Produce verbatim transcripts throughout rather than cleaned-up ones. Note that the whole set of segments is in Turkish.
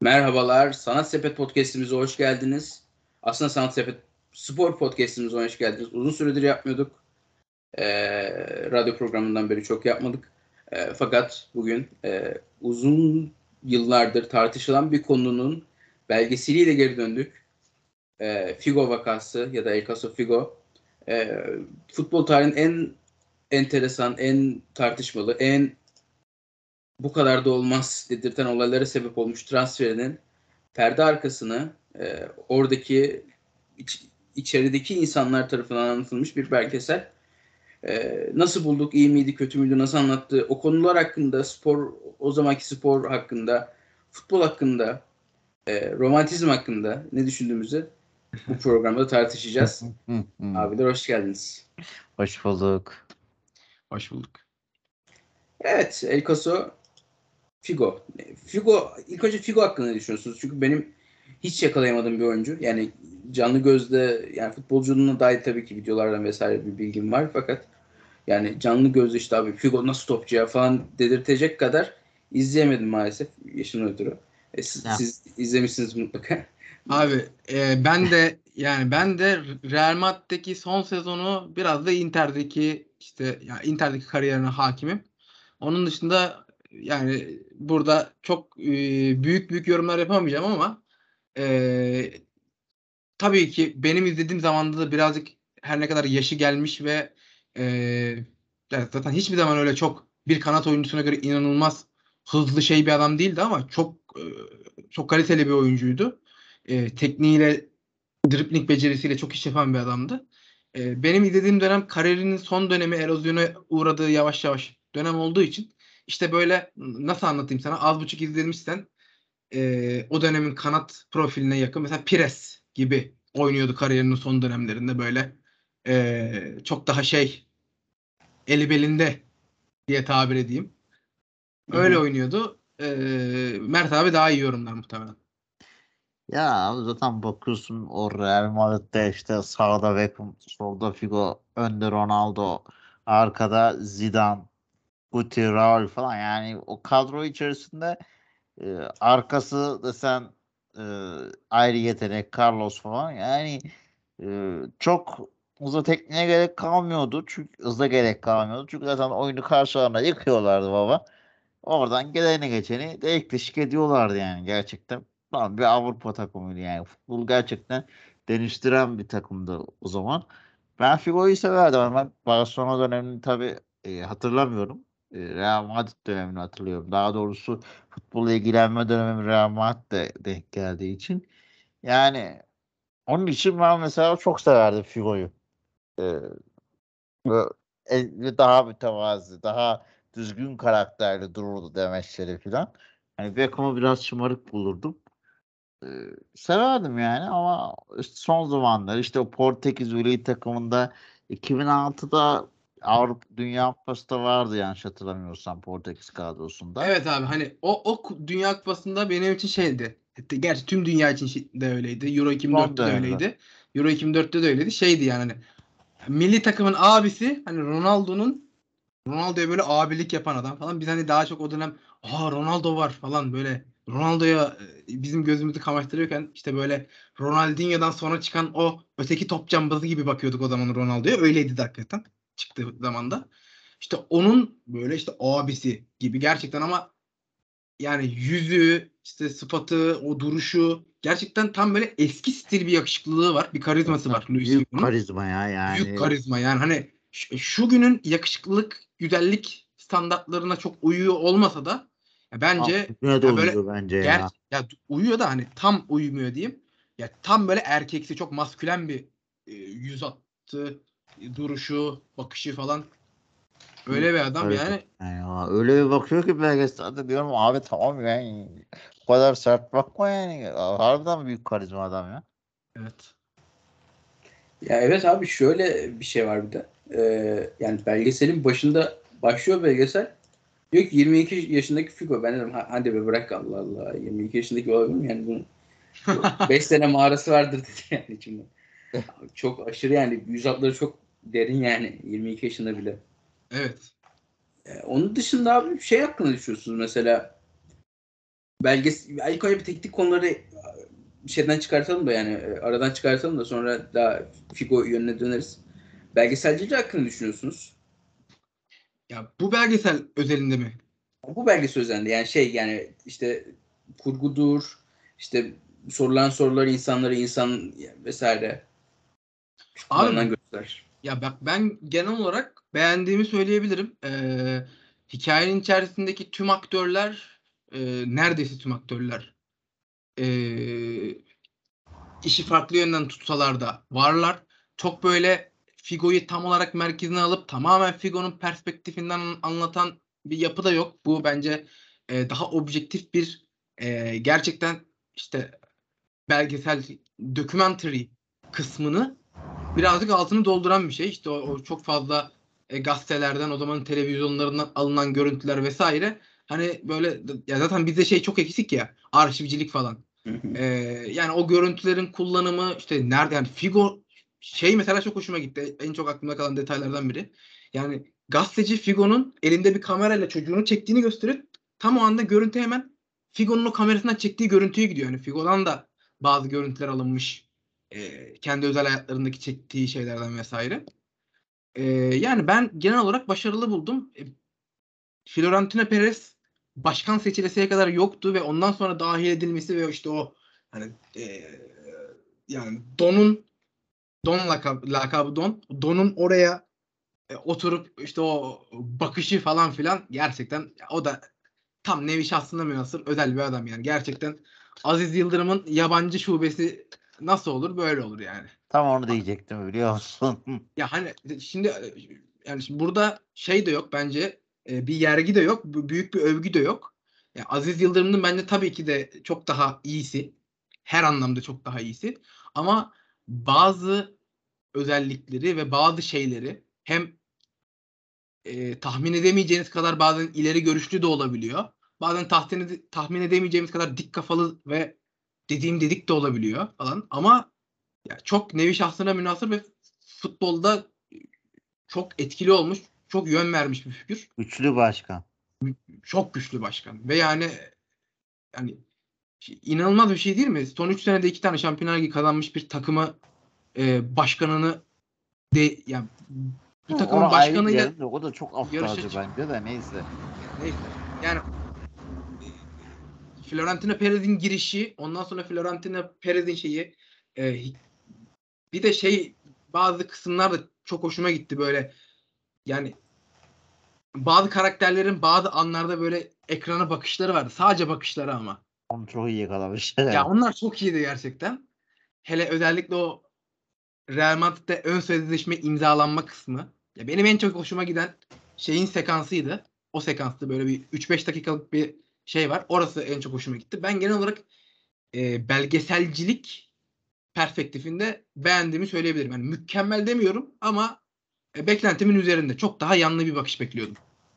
Merhabalar, Sanat Sepet Podcast'imize hoş geldiniz. Aslında Sanat Sepet Spor Podcast'imize hoş geldiniz. Uzun süredir yapmıyorduk. Ee, radyo programından beri çok yapmadık. Ee, fakat bugün e, uzun yıllardır tartışılan bir konunun belgeseliyle geri döndük. Ee, Figo vakası ya da El Caso Figo. Ee, futbol tarihinin en enteresan, en tartışmalı, en bu kadar da olmaz dedirten olaylara sebep olmuş transferinin perde arkasını e, oradaki iç, içerideki insanlar tarafından anlatılmış bir belgesel. E, nasıl bulduk, iyi miydi, kötü müydü, nasıl anlattı? O konular hakkında, spor, o zamanki spor hakkında, futbol hakkında, e, romantizm hakkında ne düşündüğümüzü bu programda tartışacağız. Abiler hoş geldiniz. Hoş bulduk. Hoş bulduk. Evet, El Caso Figo. Figo, ilk önce Figo hakkında ne düşünüyorsunuz? Çünkü benim hiç yakalayamadığım bir oyuncu. Yani canlı gözle, yani futbolculuğuna dair tabii ki videolardan vesaire bir bilgim var. Fakat yani canlı gözle işte abi Figo nasıl topçu ya falan dedirtecek kadar izleyemedim maalesef yaşın ötürü. E, siz, siz izlemişsiniz mutlaka. Abi e, ben de yani ben de Real Madrid'deki son sezonu biraz da Inter'deki işte yani Inter'deki kariyerine hakimim. Onun dışında yani burada çok e, büyük büyük yorumlar yapamayacağım ama e, tabii ki benim izlediğim zamanda da birazcık her ne kadar yaşı gelmiş ve e, yani zaten hiçbir zaman öyle çok bir kanat oyuncusuna göre inanılmaz hızlı şey bir adam değildi ama çok e, çok kaliteli bir oyuncuydu. E, tekniğiyle, dribling becerisiyle çok iş yapan bir adamdı. E, benim izlediğim dönem kariyerinin son dönemi erozyona uğradığı yavaş yavaş dönem olduğu için işte böyle nasıl anlatayım sana az buçuk izlemişsen e, o dönemin kanat profiline yakın mesela Pires gibi oynuyordu kariyerinin son dönemlerinde böyle e, çok daha şey eli belinde diye tabir edeyim. Öyle Hı hı. oynuyordu. E, Mert abi daha iyi yorumlar muhtemelen. Ya zaten bakıyorsun o Real Madrid'de işte sağda Beckham, solda Figo, önde Ronaldo, arkada Zidane, Guti, Raul falan, yani o kadro içerisinde e, arkası desen e, ayrı yetenek Carlos falan, yani e, çok hızlı tekniğe gerek kalmıyordu, çünkü hıza gerek kalmıyordu çünkü zaten oyunu karşılarına yıkıyorlardı baba. Oradan geleni geçeni de teşvik ediyorlardı yani gerçekten. Tam bir Avrupa takımıydı yani. Futbol gerçekten dönüştüren bir takımdı o zaman. Ben Figo'yu severdim ama ben Barcelona dönemini tabii e, hatırlamıyorum. E, Real Madrid dönemini hatırlıyorum. Daha doğrusu futbolla ilgilenme dönemim Real Madrid'de denk geldiği için. Yani onun için ben mesela çok severdim Figo'yu. E, ve- e, Daha mütevazi, daha düzgün karakterli dururdu demeçleri falan. Hani Beckham'ı biraz şımarık bulurdum. Ee, Severdim yani, ama işte son zamanlar işte o Portekiz milli takımında iki bin altıda Avrupa Dünya Kupası'da vardı yanlış hatırlamıyorsam Portekiz kadrosunda. Evet abi hani o, o ku- Dünya Kupası'nda benim için şeydi. Gerçi tüm dünya için şey- de öyleydi. Euro Son iki bin dörtte de dönemde. öyleydi. Euro iki bin dörtte de öyleydi. Şeydi yani hani milli takımın abisi hani Ronaldo'nun Ronaldo'ya böyle abilik yapan adam falan. Biz hani daha çok o dönem aa Ronaldo var falan böyle Ronaldo'ya e, bizim gözümüzü kamaştırıyorken işte böyle Ronaldinho'dan sonra çıkan o öteki top cambazı gibi bakıyorduk o zaman Ronaldo'ya. Öyleydi de hakikaten çıktığı zamanda. İşte onun böyle işte abisi gibi gerçekten ama yani yüzü, işte sıfatı, o duruşu gerçekten tam böyle eski stil bir yakışıklılığı var. Bir karizması var Luis Büyük Figo'nun. karizma ya Büyük yani. karizma yani hani şu, şu günün yakışıklılık, güzellik standartlarına çok uyuyor olmasa da ya Ama bence bugüne de ya böyle uyuyor bence ger ya. ya uyuyor da hani tam uyumuyor diyeyim. Ya tam böyle erkeksi çok maskülen bir e, yüz hattı, e, duruşu, bakışı falan öyle bir adam Karizma. yani. Yani ya, öyle bir bakıyor ki belgeselde, diyorum abi tamam yani, bu kadar sert bakma yani. Harbiden büyük karizma adam ya. Evet. Ya evet abi şöyle bir şey var bir de. Ee, yani belgeselin başında başlıyor belgesel. Diyor ki yirmi iki yaşındaki Figo. Ben dedim "Ha- hadi be bırak Allah Allah. yirmi iki yaşındaki olabilir mi? Yani bunun beş sene mağarası vardır dedi yani içimde. Abi çok aşırı yani yüz hatları çok derin yani yirmi iki yaşında bile. Evet. Ee, onun dışında abi şey hakkında düşünüyorsunuz mesela belges ilk önce bir teknik konuları şeyden çıkartalım da yani aradan çıkartalım da sonra daha Figo yönüne döneriz. Belgeselcilik hakkında düşünüyorsunuz? Ya bu belgesel özelinde mi? Bu belgesel özelinde yani şey yani işte kurgudur, işte sorulan sorular insanları insan vesaire kullanılan Abi göster. ya bak ben genel olarak beğendiğimi söyleyebilirim. Ee, hikayenin içerisindeki tüm aktörler e, neredeyse tüm aktörler e, işi farklı yönden tutsalar da varlar. Çok böyle Figo'yu tam olarak merkezine alıp tamamen Figo'nun perspektifinden anlatan bir yapı da yok. Bu bence e, daha objektif bir e, gerçekten işte belgesel documentary kısmını birazcık altını dolduran bir şey. İşte o, o çok fazla e, gazetelerden o zaman televizyonlarından alınan görüntüler vesaire. Hani böyle ya zaten bizde şey çok eksik ya arşivcilik falan. Ee, yani o görüntülerin kullanımı işte nerede yani Figo şey mesela çok hoşuma gitti. En çok aklımda kalan detaylardan biri. Yani gazeteci Figo'nun elinde bir kamerayla çocuğunu çektiğini gösterip tam o anda görüntü hemen Figo'nun o kamerasından çektiği görüntüye gidiyor. Yani Figo'dan da bazı görüntüler alınmış. e, kendi özel hayatlarındaki çektiği şeylerden vesaire. E, yani ben genel olarak başarılı buldum. E, Florentino Perez başkan seçilesiye kadar yoktu ve ondan sonra dahil edilmesi ve işte o hani e, yani Don'un Don lakabı, lakabı Don. Don'un oraya e, oturup işte o bakışı falan filan gerçekten o da tam nevi şahsına münhasır özel bir adam yani. Gerçekten Aziz Yıldırım'ın yabancı şubesi nasıl olur böyle olur yani. Tam onu diyecektim biliyor musun? Ya hani şimdi e, yani şimdi burada şey de yok bence e, bir yergi de yok, bu- büyük bir övgü de yok. Ya Aziz Yıldırım'ın bence tabii ki de çok daha iyisi. Her anlamda çok daha iyisi. Ama bazı özellikleri ve bazı şeyleri hem e, tahmin edemeyeceğiniz kadar bazen ileri görüşlü de olabiliyor. Bazen tahmin, ede- tahmin edemeyeceğimiz kadar dik kafalı ve dediğim dedik de olabiliyor falan. Ama ya çok nevi şahsına münhasır ve futbolda çok etkili olmuş, çok yön vermiş bir figür. Güçlü başkan. Çok güçlü başkan. Ve yani yani inanılmaz bir şey değil mi? Son üç senede iki tane Şampiyonlar Ligi kazanmış bir takımı e, başkanını de yani bu Hı, takımın onu ayrı başkanıyla gidelim de o da çok yarışa aptalca çık bence de neyse. neyse. Yani e, Florentino Perez'in girişi, ondan sonra Florentino Perez'in şeyi e, bir de şey bazı kısımlar da çok hoşuma gitti böyle. Yani bazı karakterlerin bazı anlarda böyle ekrana bakışları vardı. Sadece bakışları ama. Onu çok iyi yakalamış. Ya Evet. onlar çok iyiydi gerçekten. Hele özellikle o Real Madrid'de ön sözleşme imzalanma kısmı. Ya benim en çok hoşuma giden şeyin sekansıydı. O sekansta böyle bir üç beş dakikalık bir şey var. Orası en çok hoşuma gitti. Ben genel olarak e, belgeselcilik perspektifinde beğendiğimi söyleyebilirim. Yani mükemmel demiyorum ama e, beklentimin üzerinde. Çok daha yanlı bir bakış bekliyordum.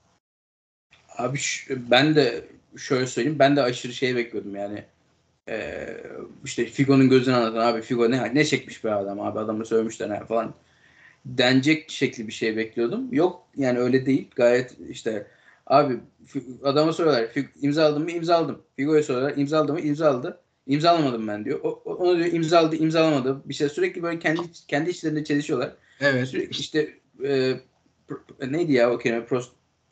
Abi ş- ben de şöyle söyleyeyim ben de aşırı şey bekliyordum yani. Ee, işte Figo'nun gözünü anlatan abi Figo ne ne çekmiş be adam abi adamı sövmüşler ha falan denecek şekli bir şey bekliyordum. Yok yani öyle değil. Gayet işte abi Fi- adama soruyorlar "Fi- imzaladın mı? İmzaladım. Figo'ya soruyorlar imzaladı mı? İmzaladı. İmzalamadım ben diyor. O, o- ona diyor imzaladı, imzalamadı. Bir şey sürekli böyle kendi kendi içlerinde çelişiyorlar. Evet. Sürekli işte e, pro- neydi ya o kelime? Pros,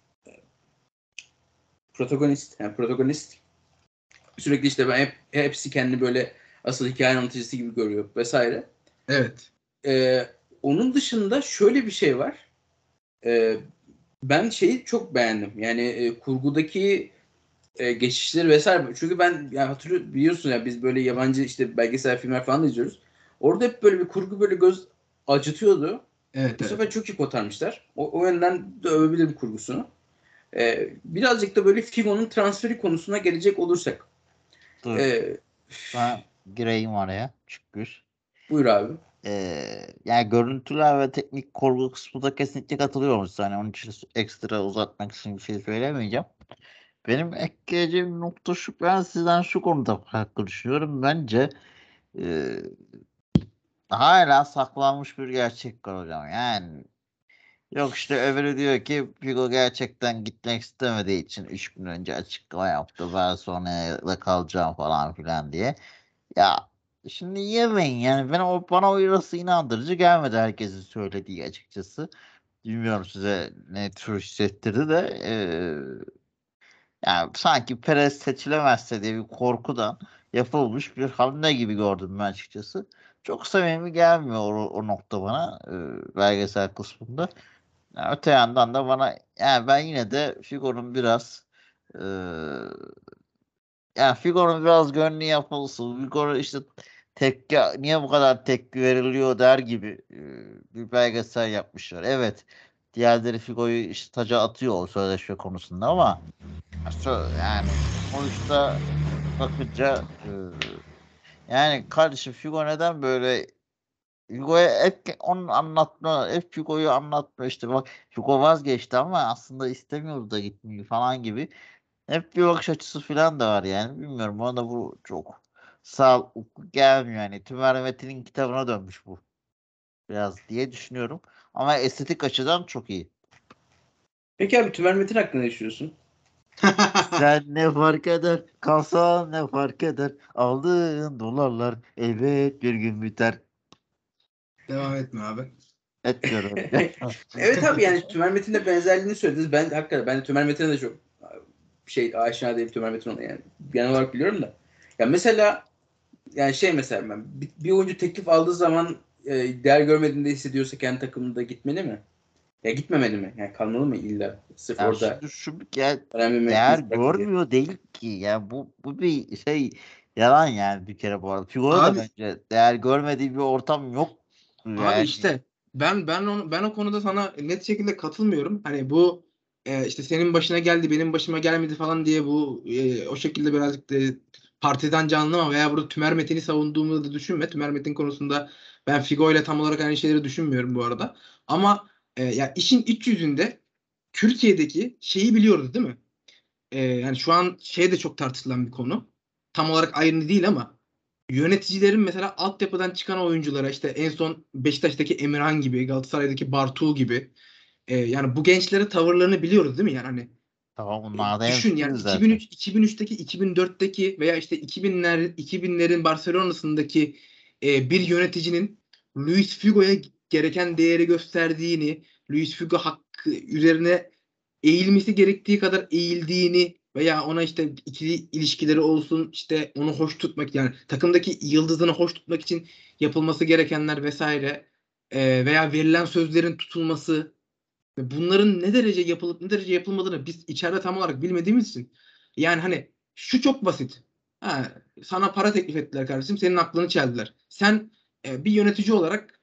protagonist. Yani protagonist sürekli işte ben hep hepsi kendi böyle asıl hikaye anlatıcısı gibi görüyor vesaire. Evet. Ee, onun dışında şöyle bir şey var. Ee, ben şeyi çok beğendim. Yani e, kurgudaki e, geçişleri vesaire. Çünkü ben yani hatırlıyor biliyorsun ya biz böyle yabancı işte belgesel filmler falan da izliyoruz. Orada hep böyle bir kurgu böyle göz acıtıyordu. Evet, Bu evet. sefer çok iyi kotarmışlar. O, o yönden de övebilirim kurgusunu. Ee, birazcık da böyle Figo'nun transferi konusuna gelecek olursak. Dur. Ee, Ben gireyim araya. Çıkmış. buyur abi. Ee, yani görüntüler ve teknik kurgu kısmında kesinlikle katılıyorum. Yani onun için ekstra uzatmak için bir şey söylemeyeceğim. Benim ekleyeceğim nokta şu. Ben sizden şu konuda farklı düşünüyorum. Bence e, hala saklanmış bir gerçek var hocam. Yani Yok işte öbürü diyor ki Figo gerçekten gitmek istemediği için üç gün önce açıklama yaptı. Ben sonra kalacağım falan filan diye. Ya şimdi yemeyin yani ben o bana o orası inandırıcı gelmedi herkesin söylediği açıkçası. Bilmiyorum size ne tür hissettirdi de eee, yani sanki Perez seçilemezse diye bir korkudan yapılmış bir hamle gibi gördüm ben açıkçası. Çok samimi gelmiyor o, o nokta bana eee, belgesel kısmında. Yani öte yandan da bana yani ben yine de Figo'nun biraz eee yani Figo'nun biraz gönlü yapılsın. Figo'nun işte tepki niye bu kadar tepki veriliyor der gibi e, bir belgesel yapmışlar. Evet. Diğerleri Figo'yu işte taca atıyor o sözleşme konusunda ama sö- yani sonuçta bakınca e, yani kardeşim Figo neden böyle Figo'ya hep onun anlatma, hep Figo'yu anlatma işte bak Figo vazgeçti ama aslında istemiyordu da gitmeyi falan gibi. Hep bir bakış açısı falan da var yani. Bilmiyorum bana da bu çok sağlıklı gelmiyor yani. Tümer Metin'in kitabına dönmüş bu biraz diye düşünüyorum. Ama estetik açıdan çok iyi. Peki abi Tümer Metin hakkında ne düşünüyorsun? Sen ne fark eder? Kalsan ne fark eder? Aldığın dolarlar elbet bir gün biter. Devam etme abi. Etmiyorum. Evet abi yani Tümer Metin'le benzerliğini söylediniz. Ben hakikaten ben de Tümer Metin'e de çok şey aşina değilim Tümer Metin ona yani. Genel olarak biliyorum da. Ya mesela yani şey mesela ben bir, bir oyuncu teklif aldığı zaman e, değer görmediğinde hissediyorsa kendi takımında gitmeli mi? Ya gitmemeli mi? Yani kalmalı mı illa? Sırf Ya orada şimdi şu ya önemli bir değer iz bıraktı diye. görmüyor değil ki. Ya bu bu bir şey yalan yani bir kere bu arada. Figo'da da Abi bence değer görmediği bir ortam yok. Abi Yani işte ben ben onu, ben o konuda sana net şekilde katılmıyorum. Hani bu e, işte senin başına geldi benim başıma gelmedi falan diye bu e, o şekilde birazcık da partiden canlama veya burada Tümer Metin'i savunduğumu da düşünme. Tümer Metin konusunda ben Figo ile tam olarak aynı şeyleri düşünmüyorum bu arada. Ama e, ya işin iç yüzünde Türkiye'deki şeyi biliyoruz değil mi? E, yani şu an şey de çok tartışılan bir konu. Tam olarak aynı değil ama yöneticilerin mesela altyapıdan çıkan oyunculara işte en son Beşiktaş'taki Emirhan gibi, Galatasaray'daki Bartuğ gibi e, yani bu gençlere tavırlarını biliyoruz değil mi? Yani hani tamam e, bunlar da düşün yani hemfikiriz zaten. iki bin üç, iki bin üçteki, iki bin dörtteki veya işte iki binler, iki binlerin Barcelona'sındaki e, bir yöneticinin Luis Figo'ya gereken değeri gösterdiğini, Luis Figo hakkı üzerine eğilmesi gerektiği kadar eğildiğini veya ona işte ikili ilişkileri olsun işte onu hoş tutmak yani takımdaki yıldızını hoş tutmak için yapılması gerekenler vesaire e, veya verilen sözlerin tutulması ve bunların ne derece yapılıp ne derece yapılmadığını biz içeride tam olarak bilmediğimiz için yani hani şu çok basit. Ha, sana para teklif ettiler kardeşim senin aklını çeldiler. Sen e, bir yönetici olarak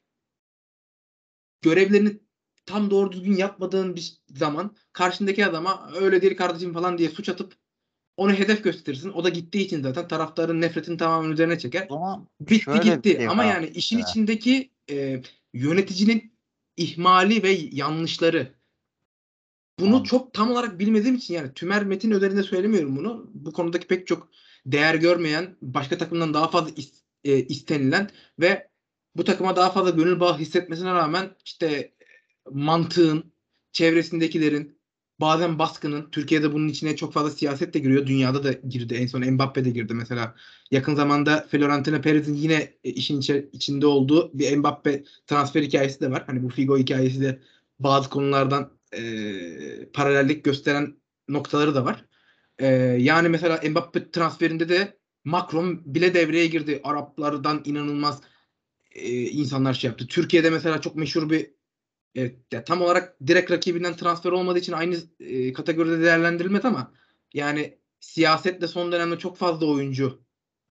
görevlerini tam doğru düzgün yapmadığın bir zaman karşındaki adama öyle değil kardeşim falan diye suç atıp onu hedef gösterirsin. O da gittiği için zaten taraftarın nefretini tamamen üzerine çeker. O zaman Bitti şöyle bir gitti. şey Ama var yani işin mesela. içindeki e, yöneticinin ihmali ve yanlışları bunu An- çok tam olarak bilmediğim için yani Tümer Metin özelinde söylemiyorum bunu. Bu konudaki pek çok değer görmeyen, başka takımdan daha fazla is- e, istenilen ve bu takıma daha fazla gönül bağı hissetmesine rağmen işte mantığın, çevresindekilerin, bazen baskının, Türkiye'de bunun içine çok fazla siyaset de giriyor. Dünyada da girdi. En son Mbappe de girdi mesela. Yakın zamanda Florentino Perez'in yine e, işin içe- içinde olduğu bir Mbappe transfer hikayesi de var. Hani bu Figo hikayesi de bazı konulardan e, paralellik gösteren noktaları da var. E, yani mesela Mbappe transferinde de Macron bile devreye girdi. Araplardan inanılmaz e, insanlar şey yaptı. Türkiye'de mesela çok meşhur bir evet, ya tam olarak direkt rakibinden transfer olmadığı için aynı e, kategoride değerlendirilmez ama yani siyasetle son dönemde çok fazla oyuncu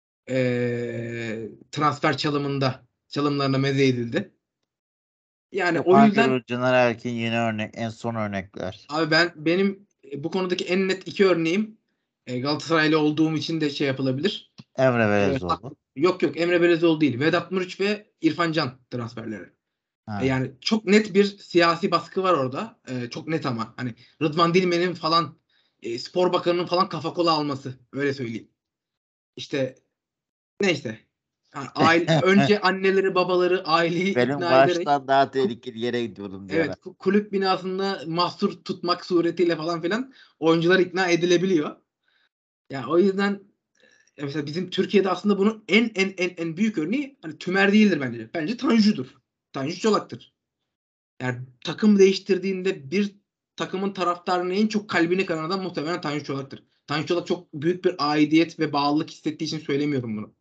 e, transfer çalımında çalımlarına meze edildi. Yani o Gökhan yüzden Gürül, Caner Erkin yeni örnek, en son örnekler. abi ben benim e, bu konudaki en net iki örneğim e, Galatasaraylı olduğum için de şey yapılabilir. Emre E, hak- Belezoğlu. yok yok Emre Belezoğlu değil. Vedat Muriç ve İrfan Can transferleri. E, Ha. Yani çok net bir siyasi baskı var orada. E, çok net ama hani Rıdvan Dilmen'in falan e, spor bakanının falan kafa kola alması öyle söyleyeyim. İşte neyse. Yani aile, önce anneleri babaları aileyi Benim ikna ederek baştan daha tehlikeli yere gidiyorum diye. evet kulüp binasında mahsur tutmak suretiyle falan filan oyuncular ikna edilebiliyor. Yani o yüzden mesela bizim Türkiye'de aslında bunun en en en en büyük örneği hani Tümer değildir bence. Bence Tanju'dur. Tanju Çolak'tır. Yani takım değiştirdiğinde bir takımın taraftarının en çok kalbini kıran adam muhtemelen Tanju Çolak'tır. Tanju Çolak çok büyük bir aidiyet ve bağlılık hissettiği için söylemiyorum bunu.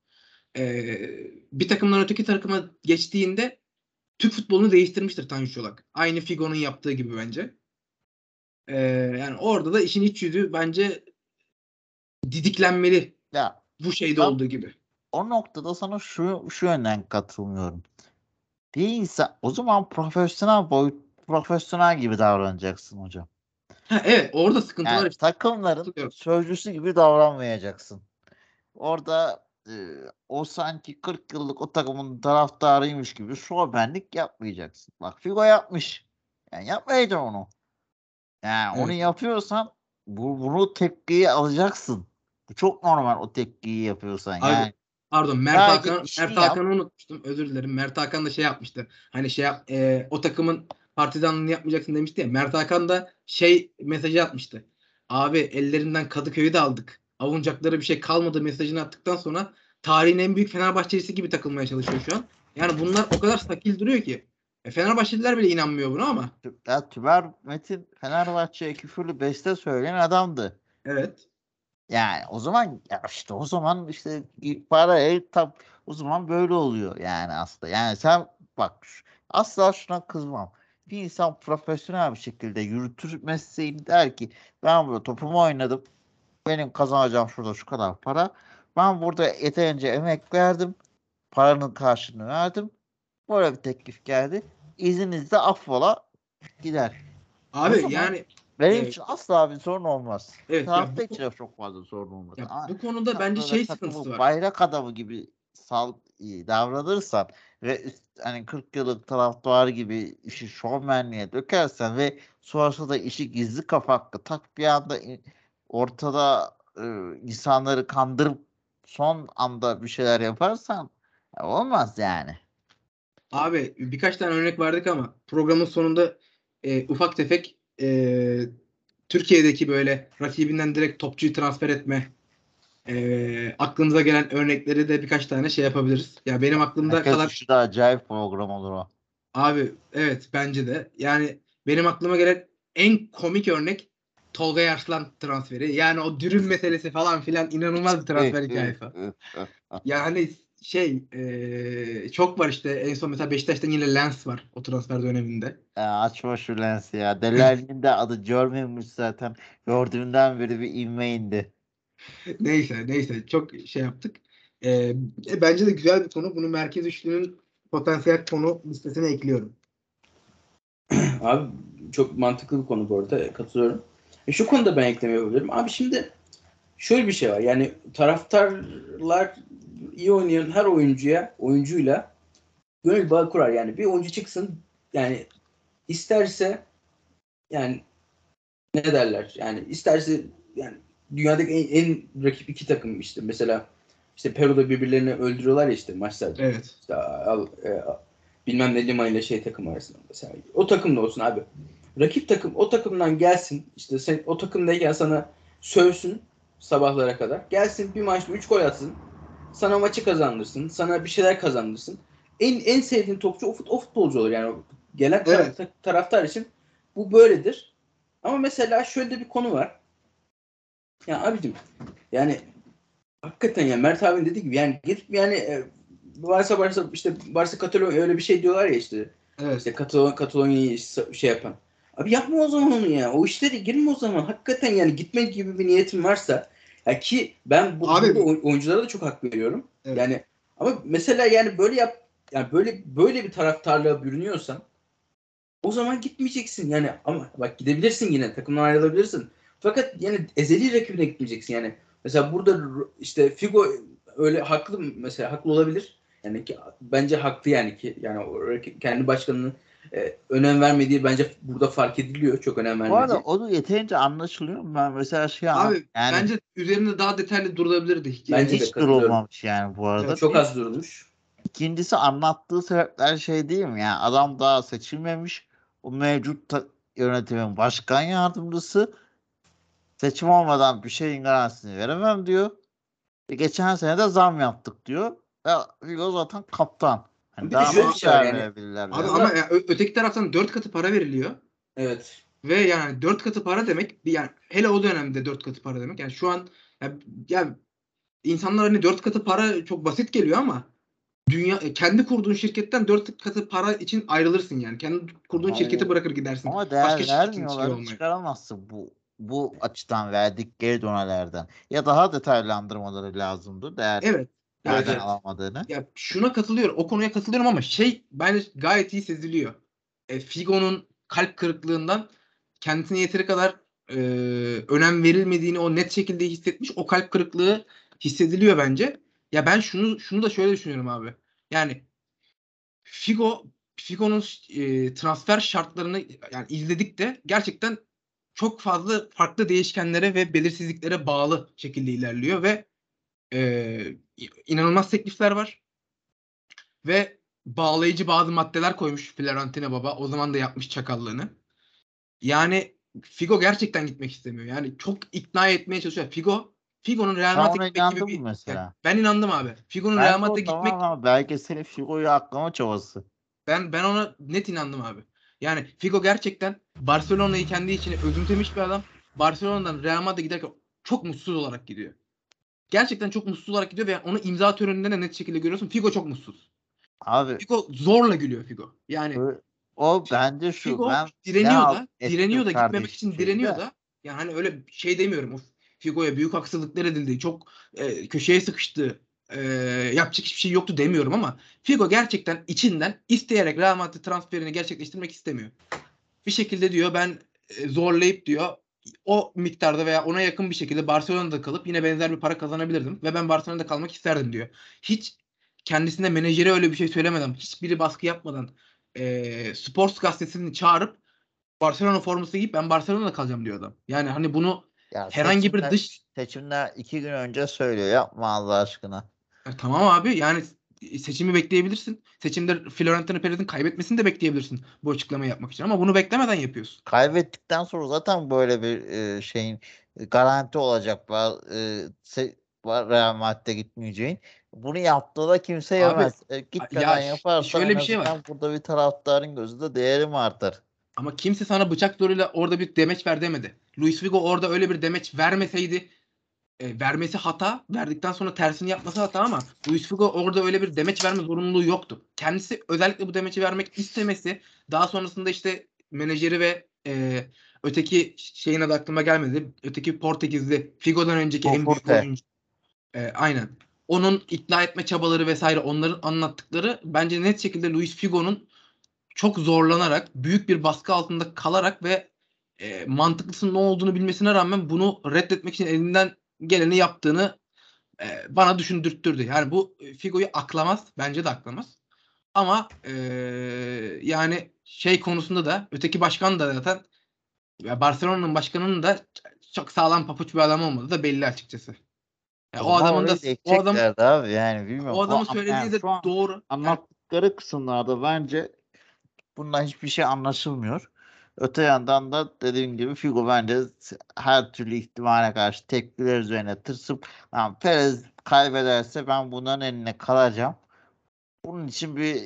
Ee, bir takımdan öteki takıma geçtiğinde Türk futbolunu değiştirmiştir Tanju Çolak. Aynı Figo'nun yaptığı gibi bence. Ee, yani orada da işin iç yüzü bence didiklenmeli. Ya Bu şeyde ben olduğu gibi. o noktada sana şu şu yönden katılmıyorum. Bir insan o zaman profesyonel boyut profesyonel gibi davranacaksın hocam. Ha, evet orada sıkıntı var Yani işte. takımların sözcüsü gibi davranmayacaksın. Orada e, o sanki kırk yıllık o takımın taraftarıymış gibi şovmenlik yapmayacaksın. Bak Figo yapmış. Yani yapmayacaksın onu. Yani onu Evet. yapıyorsan bu, bunu tepkiyi alacaksın. Bu çok normal o tepkiyi yapıyorsan. Abi Yani pardon Mert sadece Hakan işini Mert yap. Hakan'ı unutmuştum. Özür dilerim. Mert Hakan da şey yapmıştı. Hani şey yap, e, o takımın partizanlığını yapmayacaksın demişti ya. Mert Hakan da şey mesajı atmıştı. Abi ellerinden Kadıköy'ü de aldık. Avunacakları bir şey kalmadı mesajını attıktan sonra tarihin en büyük Fenerbahçelisi gibi takılmaya çalışıyor şu an. Yani bunlar o kadar sakil duruyor ki. E, Fenerbahçeliler bile inanmıyor buna ama. Ya Tümer Metin Fenerbahçe'ye küfürlü beste söyleyen adamdı. Evet. Yani o zaman ya işte o zaman işte para el tap o zaman böyle oluyor yani aslında. Yani sen bak şu- asla şuna kızmam. Bir insan profesyonel bir şekilde yürütür mesleğini der ki ben burada topumu oynadım. Benim kazanacağım şurada şu kadar para. Ben burada yeterince emek verdim. Paranın karşılığını verdim. Böyle bir teklif geldi. İzninizle affola gider. O Abi zaman yani benim e, için asla bir sorun olmaz. evet ya Tarafta bu için de çok fazla sorun olmaz. ya Ama bu konuda sen bence böyle şey sıkıntısı takımı var. bayrak adamı gibi sal iyi davranırsan ve üst, hani kırk yıllık taraftar gibi işi şovmenliğe dökersen ve sonrasında da işi gizli kapaklı tak bir anda in- ortada e, insanları kandırıp son anda bir şeyler yaparsan ya olmaz yani. Abi birkaç tane örnek verdik ama programın sonunda e, ufak tefek e, Türkiye'deki böyle rakibinden direkt topçuyu transfer etme e, aklınıza gelen örnekleri de birkaç tane şey yapabiliriz. Ya benim aklımda Herkes kalan işi de acayip program olur o. abi evet bence de yani benim aklıma gelen en komik örnek Tolga Yarslan transferi. Yani o dürüm meselesi falan filan inanılmaz bir transfer hikayesi. Yani şey e, çok var işte en son mesela Beşiktaş'tan yine Lens var o transfer döneminde. Ya açma şu lensi ya. Delali'nin de adı görmemiş zaten. Gördüğünden beri bir ivme indi. Neyse neyse çok şey yaptık. E, e, bence de güzel bir konu. Bunu merkez üçlünün potansiyel konu listesine ekliyorum. Abi çok mantıklı bir konu bu arada. Katılıyorum. E, şu konuda ben ekleme yapabilirim. Abi şimdi şöyle bir şey var. Yani taraftarlar iyi oynayan her oyuncuya, oyuncuyla gönül bağı kurar. Yani bir oyuncu çıksın yani isterse yani ne derler? Yani isterse yani dünyadaki en, en rakip iki takım işte mesela işte Peru'da birbirlerini öldürüyorlar ya işte maçlarda. Evet. İşte al, e, bilmem ne Lima ile şey takım arasında mesela. O takımda olsun abi. Rakip takım o takımdan gelsin işte sen o takımdayken sana sövsün sabahlara kadar. Gelsin bir maçta üç gol atsın. Sana maçı kazandırsın. Sana bir şeyler kazandırsın. En en sevdiğin topçu o, fut, o futbolcu olur. Yani gelen Evet. ta- taraftar için bu böyledir. Ama mesela şöyle de bir konu var. Ya abicim yani hakikaten ya Mert abinin dediği gibi yani gidip yani e, varsa varsa işte varsa Katalonya öyle bir şey diyorlar ya işte Evet. işte Katalon Katalonya'yı sa- şey yapan. Abi yapma o zaman onu ya. O işlere girme o zaman. Hakikaten yani gitmek gibi bir niyetin varsa ya ki ben bu, burada Abi oy- oyunculara da çok hak veriyorum. evet. Yani ama mesela yani böyle yap yani böyle böyle bir taraftarlığa bürünüyorsan o zaman gitmeyeceksin yani ama bak gidebilirsin yine takımdan ayrılabilirsin. Fakat yani ezeli rakibine gitmeyeceksin yani. Mesela burada işte Figo öyle haklı mesela haklı olabilir. Yani ki, bence haklı yani ki yani o rakip- kendi başkanının e, önem vermediği bence burada fark ediliyor. Çok önem Bu arada vermediği. onu yeterince anlaşılıyor mu? Ben mesela şey an, Abi yani bence üzerinde daha detaylı durulabilirdi hikaye. Bence de hiç katılıyorum. durulmamış yani bu arada. Evet. Çok Bir- az durulmuş. İkincisi anlattığı sebepler şey değil mi? Yani adam daha seçilmemiş. O mevcut ta- yönetimin başkan yardımcısı seçim olmadan bir şeyin garantisini veremem diyor. E, geçen sene de zam yaptık diyor. Ya Figo zaten kaptan. Hani Bir de daha şöyle nasıl bir şey var değer yani. verebilirler Abi ya? ama ya, ö- öteki taraftan dört katı para veriliyor. Evet. Ve yani dört katı para demek bir yani hele o dönemde dört katı para demek. Yani şu an ya, ya insanlar hani dört katı para çok basit geliyor ama dünya kendi kurduğun şirketten dört katı para için ayrılırsın yani. Kendi kurduğun Aynen. şirketi bırakır gidersin. Ama Başka değer şirketin şey vermiyorlar olmaya. çıkaramazsın bu bu açıdan verdik geri dönelerden. Ya daha detaylandırmaları lazımdı değer Evet. Ya, Evet, nereden evet. alamadığını. ya şuna katılıyorum. O konuya katılıyorum ama şey bence gayet iyi seziliyor. E, Figo'nun kalp kırıklığından kendisine yeteri kadar e, önem verilmediğini o net şekilde hissetmiş. O kalp kırıklığı hissediliyor bence. Ya ben şunu şunu da şöyle düşünüyorum abi. Yani Figo Figo'nun e, transfer şartlarını yani izledik de gerçekten çok fazla farklı değişkenlere ve belirsizliklere bağlı şekilde ilerliyor ve e, inanılmaz teklifler var ve bağlayıcı bazı maddeler koymuş Fiorentina baba. O zaman da yapmış çakallığını. Yani Figo gerçekten gitmek istemiyor. Yani çok ikna etmeye çalışıyor. Figo Figo'nun Real Sen Madrid'e ona gitmek gibi inandın mı bir yani mesela? ben inandım abi. Figo'nun Real Bence o Madrid'e gitmek tamamen belgeseli Figo'yu aklama çabası. ben ben ona net inandım abi. Yani Figo gerçekten Barcelona'yı kendi içine özümsemiş bir adam. Barcelona'dan Real Madrid'e giderken çok mutsuz olarak gidiyor. Gerçekten çok mutsuz olarak gidiyor ve onu imza töreninde de net şekilde görüyorsun. Figo çok mutsuz. Abi Figo zorla gülüyor Figo. Yani ö- o bence şu Figo ben ne direniyor halt da, ettim direniyor da gitmemek kardeşim için direniyor şeyinde. da yani hani öyle şey demiyorum. Of, Figo'ya büyük haksızlıklar edildi. Çok e, köşeye sıkıştı. E, yapacak hiçbir şey yoktu demiyorum ama Figo gerçekten içinden isteyerek Real Madrid transferini gerçekleştirmek istemiyor. Bir şekilde diyor ben e, zorlayıp diyor o miktarda veya ona yakın bir şekilde Barcelona'da kalıp yine benzer bir para kazanabilirdim ve ben Barcelona'da kalmak isterdim diyor. Hiç kendisine menajeri öyle bir şey söylemeden, hiçbiri baskı yapmadan e, Sports gazetesini çağırıp Barcelona forması giyip ben Barcelona'da kalacağım diyor adam. Yani hani bunu Ya herhangi bir seçimler dış seçimler iki gün önce söylüyor. Yapma Allah aşkına. Ya tamam abi yani seçimi bekleyebilirsin. Seçimde Florentino Perez'in kaybetmesini de bekleyebilirsin bu açıklamayı yapmak için ama bunu beklemeden yapıyorsun. Kaybettikten sonra zaten böyle bir e, şeyin e, garanti olacak var, e, se- var Real Madrid'e gitmeyeceğin. Bunu yaptığında kimse Abi yemez. E, gitmeden ya ş- yaparsan en şöyle bir şey var. azından burada bir taraftarın gözünde değerim artar. Ama kimse sana bıçak zoruyla orada bir demeç ver demedi. Luis Figo orada öyle bir demeç vermeseydi e, vermesi hata. Verdikten sonra tersini yapması hata ama Luis Figo orada öyle bir demeç verme zorunluluğu yoktu. Kendisi özellikle bu demeci vermek istemesi daha sonrasında işte menajeri ve e, öteki şeyin adı aklıma gelmedi. Öteki Portekizli Figo'dan önceki en büyük Conforte. oyuncu. E, aynen. Onun ikna etme çabaları vesaire onların anlattıkları bence net şekilde Luis Figo'nun çok zorlanarak, büyük bir baskı altında kalarak ve e, mantıklısının ne olduğunu bilmesine rağmen bunu reddetmek için elinden geleni yaptığını e, bana düşündürttürdü. Yani bu e, Figo'yu aklamaz. Bence de aklamaz. Ama e, yani şey konusunda da öteki başkan da zaten ya Barcelona'nın başkanının da çok sağlam papuç bir adam olmadığı da belli açıkçası. O Ya o zaman adamın da orayı da o adam ekeceklerdi abi yani o bilmiyorum. O adamın an- söylediği yani de şu an doğru. Yani anlattıkları kısımlarda bence bundan hiçbir şey anlaşılmıyor. Öte yandan da dediğim gibi Figo bence her türlü ihtimale karşı tepkiler üzerine tırsıp "Lan Perez kaybederse ben bunların eline kalacağım. Bunun için bir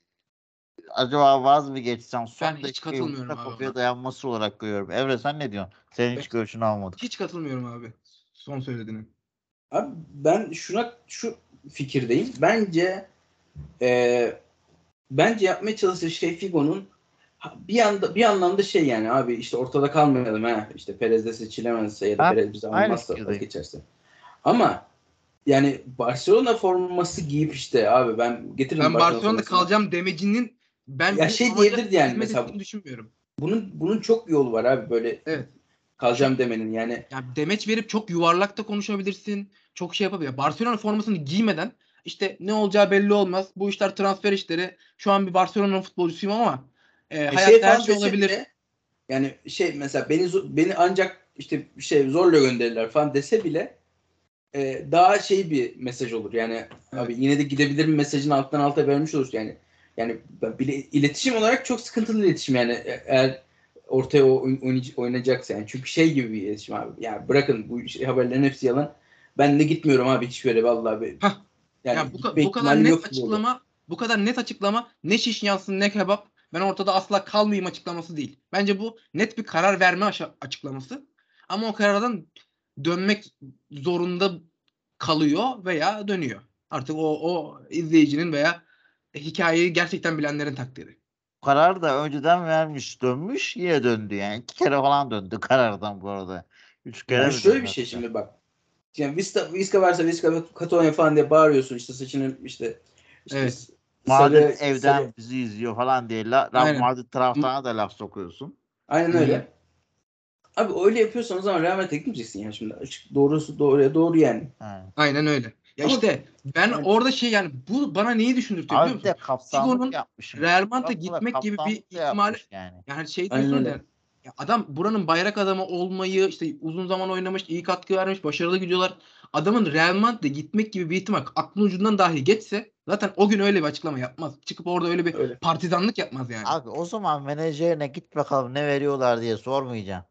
acaba vaz mı geçsem ben son hiç dakika katılmıyorum yumurta abi kapıya ona. dayanması olarak görüyorum. Emre sen ne diyorsun? Senin Ben hiç görüşünü almadık. hiç katılmıyorum abi son söylediğine. Abi ben şuna şu fikirdeyim. Bence e, bence yapmaya çalıştığı şey Figo'nun ha- bir anda bir anlamda şey yani abi işte ortada kalmayalım ha. İşte Perez de seçilemezse ya da Ha? Perez bizi Aynı almazsa fikirdeyim. vazgeçerse. Ama yani Barcelona forması giyip işte abi ben getiririm Ben Barcelona Barcelona'da formasını. kalacağım demecinin ben Ya bu şey amaca diyebilirdi yani hizmet mesela ettiğini düşünmüyorum. bunun bunun çok yolu var abi böyle Evet. kalacağım Çok demenin yani. yani demeç verip çok yuvarlak da konuşabilirsin. Çok şey yapabilir. Barcelona formasını giymeden işte ne olacağı belli olmaz. Bu işler transfer işleri. Şu an bir Barcelona futbolcusuyum ama E, E hayatta şey her falan şey dese olabilir. bile, yani şey mesela beni zo- beni ancak işte şey zorla gönderirler falan dese bile e, daha şey bir mesaj olur. Yani Evet. abi yine de gidebilirim mesajını alttan alta vermiş olur yani. Yani ben bile iletişim olarak çok sıkıntılı iletişim yani E- eğer ortaya o- oynay- oynayacaksa yani. Çünkü şey gibi bir iletişim abi. Yani bırakın bu şey, haberlerin hepsi yalan. Ben de gitmiyorum abi hiçbir yere vallahi. Be. Hah. Yani Ya bu, gitme ka- bu kadar ihtimalim net yok gibi oldu. açıklama, bu kadar net açıklama ne şiş yansın ne kebap. Ben ortada asla kalmayayım açıklaması değil. Bence bu net bir karar verme aşa- açıklaması. Ama o karardan dönmek zorunda kalıyor veya dönüyor. Artık o o izleyicinin veya hikayeyi gerçekten bilenlerin takdiri. Karar da önceden vermiş, dönmüş, yine döndü yani. İki kere falan döndü karardan bu arada. Üç kere Yani mi şöyle döndü bir şey hatta? şimdi bak. Yani Vista, Viska varsa Viska Katonya falan diye bağırıyorsun işte saçını işte işte Evet. Madrid sarı sarı evden bizi izliyor falan diye la, la- Aynen. Madrid taraftarına da laf sokuyorsun. aynen Hı hı. öyle. Abi öyle yapıyorsan o zaman Real Madrid'e gitmeyeceksin yani şimdi. Açık doğrusu doğruya doğru yani. Ha. Aynen öyle. Ya Ama işte ben yani orada şey yani bu bana neyi düşündürtüyor biliyor Abi bir musun? de kaptanlık Figo'nun yapmışım. Real Madrid'e Bak bu da gitmek gibi bir kaptanlık da ihtimali yapmış yani. yani şey aynen diyorsunuz öyle. yani ya adam buranın bayrak adamı olmayı işte uzun zaman oynamış, iyi katkı vermiş, başarılı gidiyorlar. Adamın Real Madrid'e gitmek gibi bir ihtimal aklın ucundan dahi geçse zaten o gün öyle bir açıklama yapmaz. Çıkıp orada öyle bir Öyle. partizanlık yapmaz yani. Abi o zaman menajerine git bakalım ne veriyorlar diye sormayacaksın.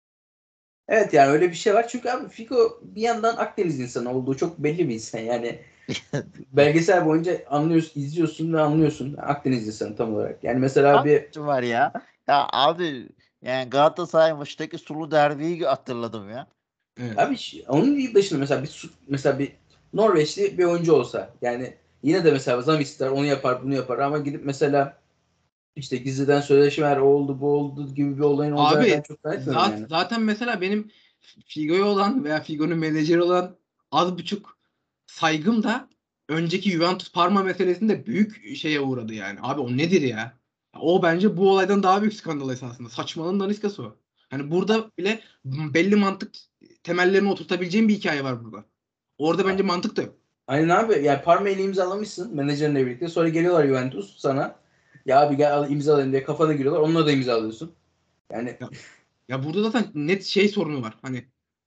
Evet yani öyle bir şey var. Çünkü abi Figo bir yandan Akdeniz insanı olduğu çok belli bir insan. Yani belgesel boyunca anlıyorsun, izliyorsun ve anlıyorsun. Akdeniz insanı tam olarak. Yani mesela bir Kaç var ya? Ya abi yani Galatasaray maçtaki sulu derbiyi hatırladım ya. Evet. abi ş- onun dışında mesela bir su- mesela bir Norveçli bir oyuncu olsa yani yine de mesela zam ister onu yapar bunu yapar ama gidip mesela işte gizliden sözleşme ver o oldu bu oldu gibi bir olayın olacağını ben Abi çok zannetmiyorum zaten, yani. zaten mesela benim Figo'ya olan veya Figo'nun menajeri olan az buçuk saygım da önceki Juventus Parma meselesinde büyük şeye uğradı yani. Abi o nedir ya? O bence bu olaydan daha büyük skandal esasında. Saçmalığın daniskası o. Hani burada bile belli mantık temellerini oturtabileceğim bir hikaye var burada. Orada bence mantık da yok. Aynen abi. Yani Parma ile imzalamışsın menajerinle birlikte. Sonra geliyorlar Juventus sana. Ya abi gel al, imzalayın diye kafana giriyorlar. Onunla da imzalıyorsun. Yani Ya, ya burada zaten net şey sorunu var. Hani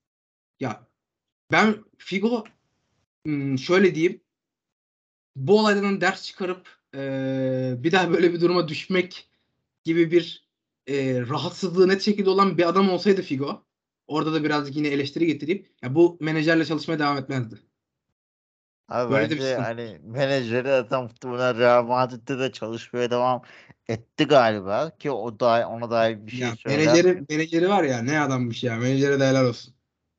ya ben Figo hmm, şöyle diyeyim. Bu olaydan ders çıkarıp eee, bir daha böyle bir duruma düşmek gibi bir eee, rahatsızlığı net şekilde olan bir adam olsaydı Figo, orada da birazcık yine eleştiri getireyim. Ya bu menajerle çalışmaya devam etmezdi. Abi Böyle de bir bence sıkıntı. hani menajeri zaten muhtemelen Real Madrid'de de çalışmaya devam etti galiba ki o da ona dair bir şey Ya söyler menajeri miyim? menajeri var ya ne adammış ya. Menajere de helal olsun.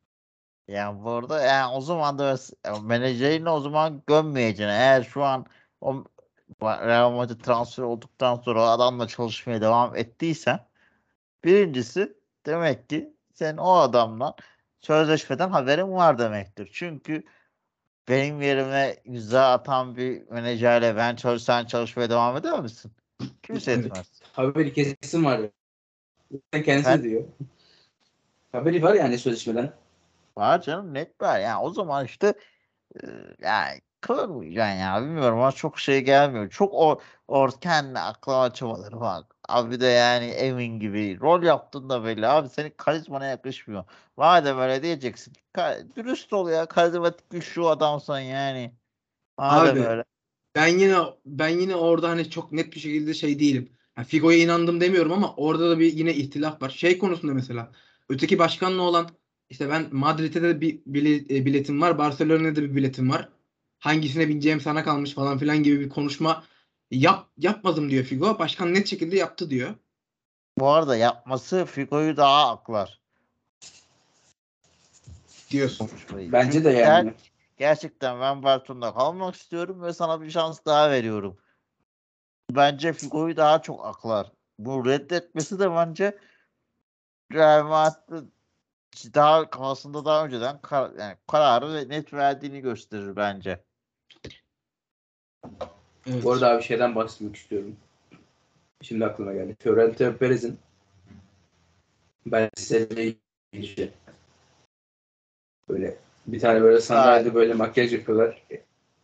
Yani bu arada yani o zaman da yani menajerini o zaman gömmeyeceksin. Eğer şu an o Real Madrid transfer olduktan sonra o adamla çalışmaya devam ettiysen birincisi demek ki senin o adamla sözleşmeden haberin var demektir. Çünkü benim yerime imza atan bir menajerle ben çalış sen çalışmaya devam eder misin? Kimse Evet. etmez. haberi kesin var. Zaten kendisi de Ben diyor. Haberi var yani sözleşmeden. var canım net var. Yani o zaman işte e, yani kıvırmayacaksın ya bilmiyorum ama çok şey gelmiyor. Çok o or kendi aklıma açamaları var. Abi de yani Emin gibi rol yaptın da belli. Abi senin karizmana yakışmıyor. Madem öyle diyeceksin. Ka- dürüst ol ya. Karizmatik güçlü adamsan yani. Madem Abi öyle. ben yine ben yine orada hani çok net bir şekilde şey değilim. Yani Figo'ya inandım demiyorum ama orada da bir yine ihtilaf var. Şey konusunda mesela öteki başkanla olan işte ben Madrid'e de bir bile- e, biletim var. Barcelona'da da bir biletim var. Hangisine bineceğim sana kalmış falan filan gibi bir konuşma yap, yapmadım diyor Figo. Başkan net şekilde yaptı diyor. Bu arada yapması Figo'yu daha aklar Diyorsun. konuşmayı. Bence Çünkü de ger yani. gerçekten ben Barcelona'da kalmak istiyorum ve sana bir şans daha veriyorum. Bence Figo'yu daha çok aklar. Bu reddetmesi de bence Real Madrid daha kafasında daha önceden kar, yani kararı net verdiğini gösterir bence. Bu Evet. arada abi şeyden bahsetmek istiyorum. Şimdi aklıma geldi. Florentino Perez'in belgeseline ilgili böyle bir tane böyle Daha, sandalyede böyle makyaj yapıyorlar.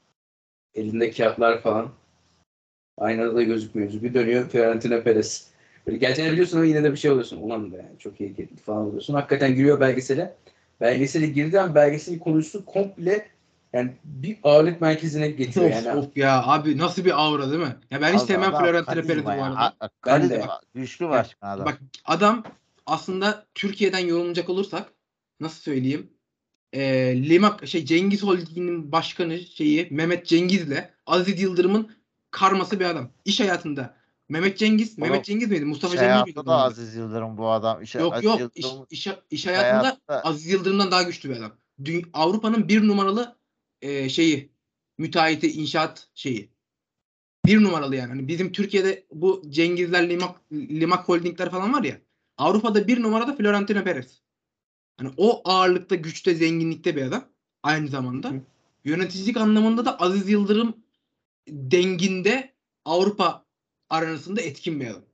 Elinde kağıtlar falan. Aynada da gözükmüyor. Bir dönüyor Florentino Perez. Böyle gerçekten biliyorsun ama yine de bir şey oluyorsun. Ulan be yani çok iyi gitti falan oluyorsun. Hakikaten giriyor belgesele. Belgesele girdi ama belgeselin konusu komple yani bir ağırlık merkezine geçiyor. Of Yani of ya abi, nasıl bir aura değil mi? Ya ben hiç Abi sevmem adam Florentino Perez'i karizma bu ya. arada. Ha- ben de Karizma. Güçlü Ya, başkan adam. bak adam aslında Türkiye'den yorumlayacak olursak nasıl söyleyeyim? Ee, Limak şey Cengiz Holding'in başkanı şeyi Mehmet Cengiz'le Aziz Yıldırım'ın karması bir adam. İş hayatında Mehmet Cengiz, Oğlum Mehmet Cengiz miydi? Mustafa iş Cemil miydi hayatta da adamın adı? Aziz Yıldırım bu adam. İş, Yok Aziz yok, iş, Yıldırım iş, iş iş hayatında hayatta Aziz Yıldırım'dan daha güçlü bir adam. Dü- Avrupa'nın bir numaralı e, şeyi müteahhiti, inşaat şeyi. Bir numaralı yani. Hani bizim Türkiye'de bu Cengizler, Limak, Limak Holdingler falan var ya. Avrupa'da bir numarada Florentino Perez. Hani o ağırlıkta, güçte, zenginlikte bir adam. Aynı zamanda. Yöneticilik anlamında da Aziz Yıldırım denginde Avrupa arenasında etkin bir adam.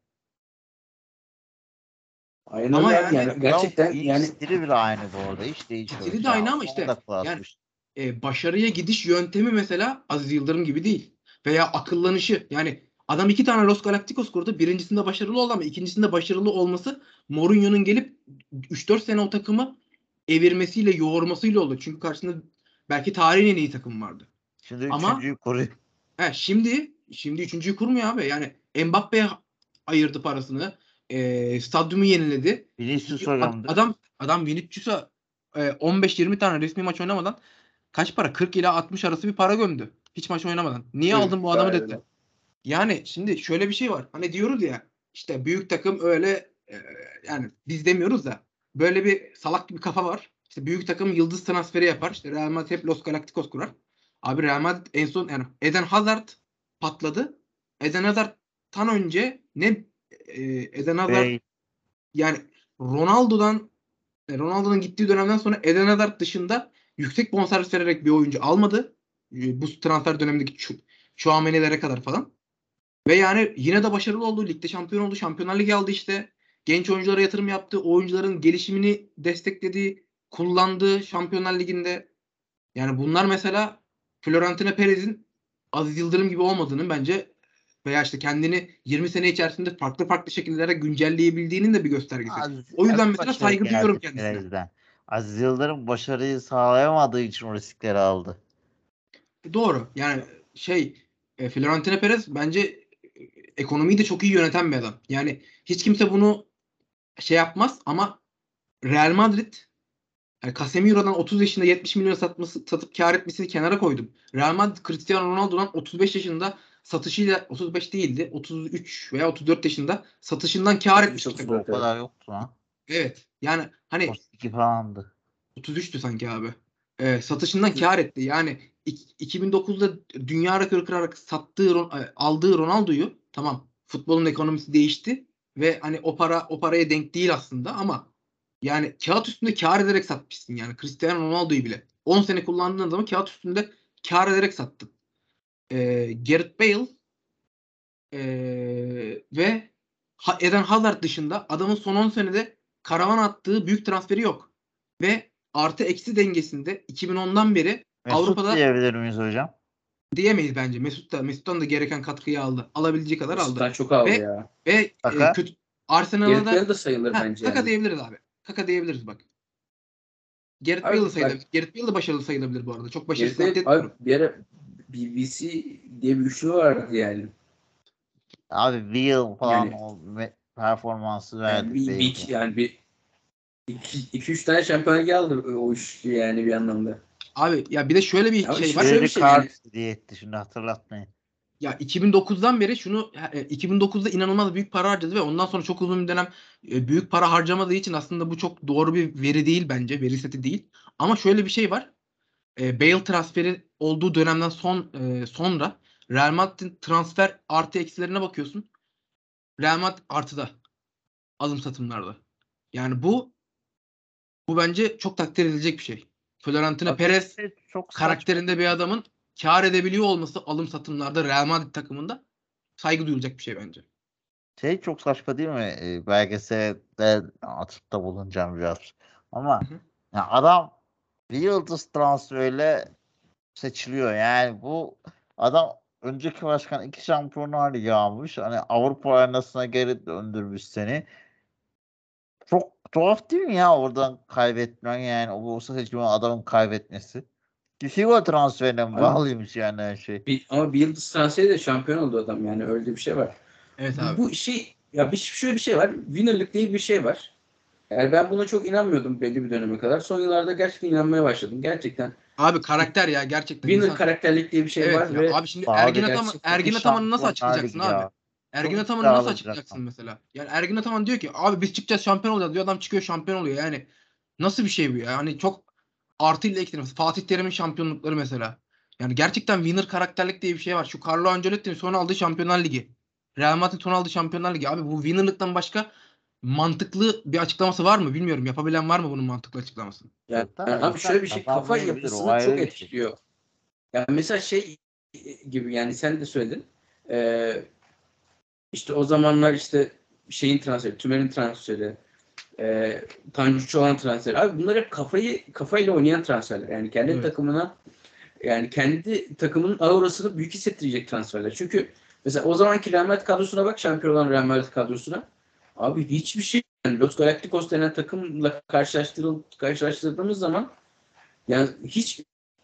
aynen Ama öyle abi. yani Yani gerçekten giyim yani stili bile aynı bu arada. Hiç değişmemiş. stili de Yani aynı ama onu işte da yani klasmış. e, başarıya gidiş yöntemi mesela Aziz Yıldırım gibi değil. Veya akıllanışı. Yani adam iki tane Los Galacticos kurdu. Birincisinde başarılı oldu ama ikincisinde başarılı olması Mourinho'nun gelip üç dört sene o takımı evirmesiyle, yoğurmasıyla oldu. Çünkü karşısında belki tarihin en iyi takım vardı. Şimdi Ama üçüncüyü kuruyor. he, şimdi şimdi üçüncüyü kurmuyor abi. Yani Mbappe'ye ayırdı parasını. E, stadyumu yeniledi. Vinicius'a Ad- gömdü. Adam adam Vinicius'a e, on beş yirmi tane resmi maç oynamadan kaç para? kırk ila altmış arası bir para gömdü. Hiç maç oynamadan. Niye aldın bu adamı dediler. Yani şimdi şöyle bir şey var. Hani diyoruz ya işte büyük takım öyle e, yani biz demiyoruz da böyle bir salak bir kafa var. İşte büyük takım yıldız transferi yapar. İşte Real Madrid hep Los Galacticos kurar. Abi Real Madrid en son yani Eden Hazard patladı. Eden Hazard'tan önce ne e, Eden Hazard Bey yani Ronaldo'dan e, Ronaldo'nun gittiği dönemden sonra Eden Hazard dışında yüksek bonservis vererek bir oyuncu almadı. E, Bu transfer dönemindeki Ç- Tchouaméni'lere kadar falan. Ve yani yine de başarılı oldu. Ligde şampiyon oldu. Şampiyonlar Ligi aldı işte. Genç oyunculara yatırım yaptı. O oyuncuların gelişimini destekledi. Kullandı Şampiyonlar Ligi'nde. Yani bunlar mesela Florentino Perez'in Aziz Yıldırım gibi olmadığını bence veya işte kendini yirmi sene içerisinde farklı farklı şekillere güncelleyebildiğinin de bir göstergesi. Az, O yüzden az mesela başarı saygı duyuyorum geldi kendisine. Perez'den. Aziz Yıldırım başarıyı sağlayamadığı için o riskleri aldı. Doğru. Yani şey e, Florentino Perez bence e, ekonomiyi de çok iyi yöneten bir adam. Yani hiç kimse bunu şey yapmaz ama Real Madrid yani Casemiro'dan otuz yaşında yetmiş milyon satması, satıp kar etmesini kenara koydum. Real Madrid Cristiano Ronaldo'dan otuz beş yaşında satışıyla otuz beş değildi. otuz üç veya otuz dört yaşında satışından kar etmiş bir çok O takım. o kadar yoktu lan. Evet. Yani hani otuz iki falandı. otuz üçtü sanki abi. Ee, satışından kar etti. Yani ik- iki bin dokuzda dünya rekoru kırarak sattığı Ron- e, aldığı Ronaldo'yu tamam futbolun ekonomisi değişti ve hani o para o paraya denk değil aslında ama yani kağıt üstünde kar ederek satmışsın yani Cristiano Ronaldo'yu bile. on sene kullandığın zaman kağıt üstünde kar ederek sattın. Ee, Gareth Bale ee, ve Ha- Eden Hazard dışında adamın son on senede karavan attığı büyük transferi yok. Ve artı eksi dengesinde iki bin ondan beri Mesut Avrupa'da diyebilir miyiz hocam? diyemeyiz bence. Mesut da Mesut'tan da gereken katkıyı aldı. Alabildiği kadar aldı. Mesut'tan çok aldı Ve ya. ve e, Kaka. kötü Arsenal'a Gareth da Bale de sayılır ha, bence Kaka yani. diyebiliriz abi. Kaka diyebiliriz bak. Gareth Bale de Abi bak sayılabilir. Gareth Bale de başarılı sayılabilir bu arada. Çok Gareth başarısız Bale abi addetmiyorum. bir ara B B C diye bir üçlü vardı yani. Abi Will falan Yani, o me- performansı yani verdi bir, bir Bale'de. yani bir iki, iki üç tane şampiyonluk aldı o üçlü yani bir anlamda. Abi ya bir de şöyle bir Ama şey var. şöyle bir Credit şey yani. Card diye etti şimdi hatırlatmayın. Ya iki bin dokuzdan beri şunu e, iki bin dokuzda inanılmaz büyük para harcadı ve ondan sonra çok uzun bir dönem e, büyük para harcamadığı için aslında bu çok doğru bir veri değil bence. Veri seti değil. Ama şöyle bir şey var. E, Bale transferi olduğu dönemden son e, sonra Real Madrid'in transfer artı eksilerine bakıyorsun. Real Madrid artıda alım satımlarda. Yani bu bu bence çok takdir edilecek bir şey. Florentino Bak bir Perez şey çok saçma. karakterinde bir adamın kar edebiliyor olması alım satımlarda Real Madrid takımında saygı duyulacak bir şey bence. Şey çok saçma değil mi? E, belgeselde atıfta bulunacağım biraz. Ama Hı hı. ya adam bir yıldız transferiyle seçiliyor. Yani bu adam önceki başkan iki Şampiyonlar Ligi almış. Hani Avrupa arenasına geri döndürmüş seni. Çok tuhaf değil mi ya oradan kaybetmen yani o olsa seçimi adamın kaybetmesi. Bir Figo transferine mi Abi, bağlıymış yani her şey. bir, ama bir yıldız transferi de şampiyon oldu adam yani öyle bir şey var. Evet Bu, abi. bu şey ya bir şöyle bir şey var. Winner'lık diye bir şey var. Yani ben buna çok inanmıyordum belli bir döneme kadar. Son yıllarda gerçekten inanmaya başladım. Gerçekten Abi karakter ya gerçekten winner insan. karakterlik diye bir şey Evet var ya ve abi şimdi Abi Ergin Ataman gerçekten Ergin iki Ataman'ı nasıl Şampiyonlar açıklayacaksın Ligi abi? ya. Ergin Çok Ataman'ı nasıl iddialı bir açıklayacaksın rakam. mesela? Yani Ergin Ataman diyor ki abi biz çıkacağız şampiyon olacağız diyor. Adam çıkıyor şampiyon oluyor. Yani nasıl bir şey bu ya? Hani çok artıyla ekledim. Fatih Terim'in şampiyonlukları mesela. Yani gerçekten winner karakterlik diye bir şey var. Şu Carlo Ancelotti'nin son aldığı Şampiyonlar Ligi. Real Madrid'in son aldığı Şampiyonlar Ligi. Abi bu winnerlıktan başka mantıklı bir açıklaması var mı? Bilmiyorum. Yapabilen var mı bunun mantıklı açıklamasını? yani, Tabii yani abi insan şöyle bir şey kafa kazanmayabilir o yapısını çok ayrı bir şey. etkiliyor. Yani mesela şey gibi yani sen de söyledin. Ee, işte o zamanlar işte şeyin transferi, Tümer'in transferi, e, Tanju Çolak'ın transferi. Abi bunlar hep kafayı kafayla oynayan transferler. Yani kendi Evet. takımına yani kendi takımının aurasını büyük hissettirecek transferler. Çünkü mesela o zamanki Real Madrid kadrosuna bak, şampiyon olan Real Madrid kadrosuna. Abi hiçbir şey yani Los Galacticos denen takımla karşılaştırıl karşılaştırdığımız zaman yani hiç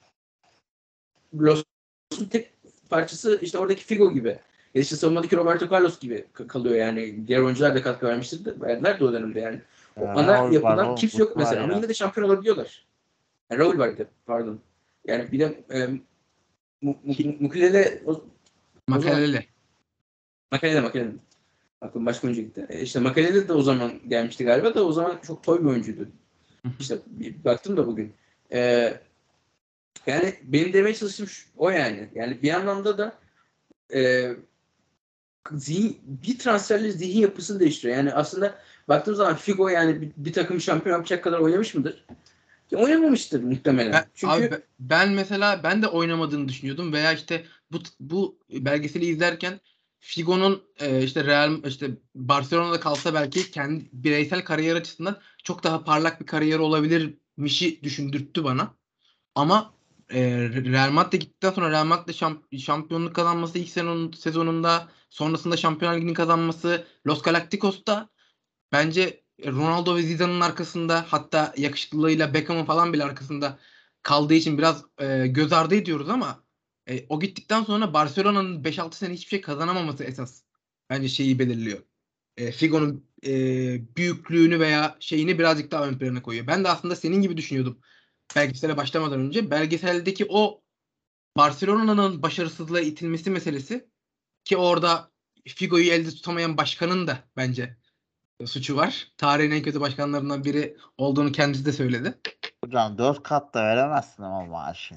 Los'un tek parçası işte oradaki Figo gibi. Ya işte savunmadaki Roberto Carlos gibi kalıyor yani. Diğer oyuncular da katkı vermiştir de, verdiler de o dönemde yani. O Yani ana Raul var yapıdan oğlum. kimse yok Guti var mesela ama ya. yine de şampiyon olabiliyorlar. Yani Raul var bir de pardon. Yani bir de e, Mu- Mu- Mukiele o, o zaman Makalele. Makalele Makalele. Aklım başka oyuncu gitti. E işte Makalele de o zaman gelmişti galiba da o zaman çok toy bir oyuncuydu. İşte bir baktım da bugün. E, yani benim demeye çalıştığım şu- o yani. Yani bir anlamda da e, zihin, bir transferle zihin yapısını değiştiriyor. Yani aslında baktığım zaman Figo yani bir, bir takım şampiyon yapacak kadar oynamış mıdır? Ya oynamamıştır muhtemelen. Ben, abi Çünkü be- ben mesela ben de oynamadığını düşünüyordum veya işte bu bu belgeseli izlerken Figo'nun e, işte Real işte Barcelona'da kalsa belki kendi bireysel kariyer açısından çok daha parlak bir kariyer olabilirmişi düşündürttü bana. Ama e, Real Madrid'e gittikten sonra Real Madrid'de şamp- şampiyonluk kazanması ilk sezon, sezonunda sonrasında Şampiyonlar Ligi'ni kazanması Los Galacticos'ta bence Ronaldo ve Zidane'ın arkasında hatta yakışıklılığıyla Beckham'ın falan bile arkasında kaldığı için biraz e, göz ardı ediyoruz ama e, o gittikten sonra Barcelona'nın beş altı sene hiçbir şey kazanamaması esas bence şeyi belirliyor. E, Figo'nun e, büyüklüğünü veya şeyini birazcık daha ön plana koyuyor. Ben de aslında senin gibi düşünüyordum belgesele başlamadan önce. Belgeseldeki o Barcelona'nın başarısızlığa itilmesi meselesi ki orada Figo'yu elde tutamayan başkanın da bence suçu var. Tarihin en kötü başkanlarından biri olduğunu kendisi de söyledi. Hocam dört kat da veremezsin ama maaşı.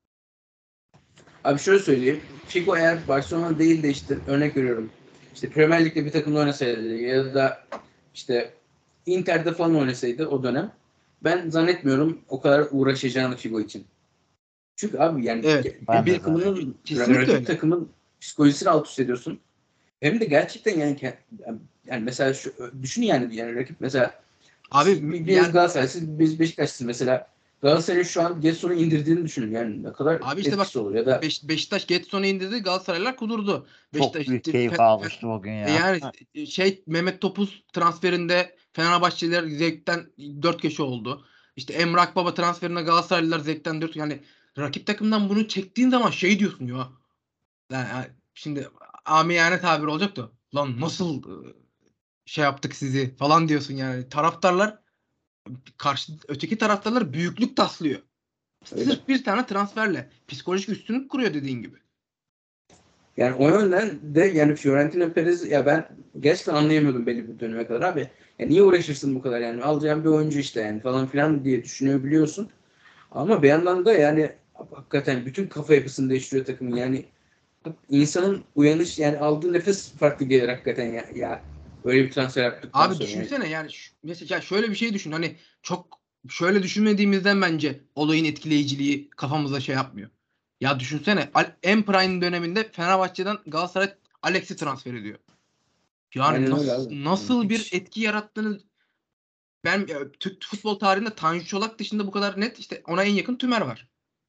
abi şöyle söyleyeyim. Figo eğer Barcelona değil de işte örnek veriyorum. İşte Premier Lig'de bir takımda oynasaydı ya da işte Inter'de falan oynasaydı o dönem ben zannetmiyorum o kadar uğraşacağını Figo için. Çünkü abi yani Evet. hem Ben de Bir, zannediyorum. takımının kesinlikle rakip öyle. takımın psikolojisini alt üst ediyorsun. Hem de gerçekten yani yani mesela şu düşün yani yani rakip mesela siz Abi biriniz yani Galatasaraylısınız biz Beşiktaşlısınız mesela Galatasaray'ın şu an Getson'u indirdiğini düşünün yani ne kadar abi işte bak etkisi olur ya da Beş, Beşiktaş Getson'u indirdi. Galatasaraylılar kudurdu. Çok Beşiktaş büyük işte fe- keyif fe- almıştım o gün e ya. yani şey Mehmet Topuz transferinde Fenerbahçeliler zevkten dört köşe oldu. İşte Emre Akbaba transferinde Galatasaraylılar zevkten dört yani rakip takımdan bunu çektiğin zaman şey diyorsun ya. Yani, yani şimdi amiyane tabir olacak da lan nasıl e, şey yaptık sizi falan diyorsun yani. Taraftarlar karşı öteki taraftarlar büyüklük taslıyor. öyle. Sırf bir tane transferle psikolojik üstünlük kuruyor dediğin gibi. Yani o yönden de yani Fiorentina Perez ya ben gerçekten anlayamıyordum belli bir döneme kadar abi. Ya niye uğraşırsın bu kadar yani alacağın bir oyuncu işte yani falan filan diye düşünüyor biliyorsun. Ama bir yandan da yani hakikaten bütün kafa yapısını değiştiriyor takımın yani insanın uyanış yani aldığı nefes farklı gelir hakikaten ya. Ya böyle bir transfer yaptıktan Abi sonra yani. düşünsene yani şu- mesela şöyle bir şey düşün hani çok şöyle düşünmediğimizden bence olayın etkileyiciliği kafamıza şey yapmıyor. Ya düşünsene Al- en prime döneminde Fenerbahçe'den Galatasaray Alex'i transfer ediyor. Yani Aynen öyle nasıl abi. Yani nasıl bir hiç etki yarattığını ben e, Türk futbol tarihinde Tanju Çolak dışında bu kadar net işte ona en yakın Tümer var.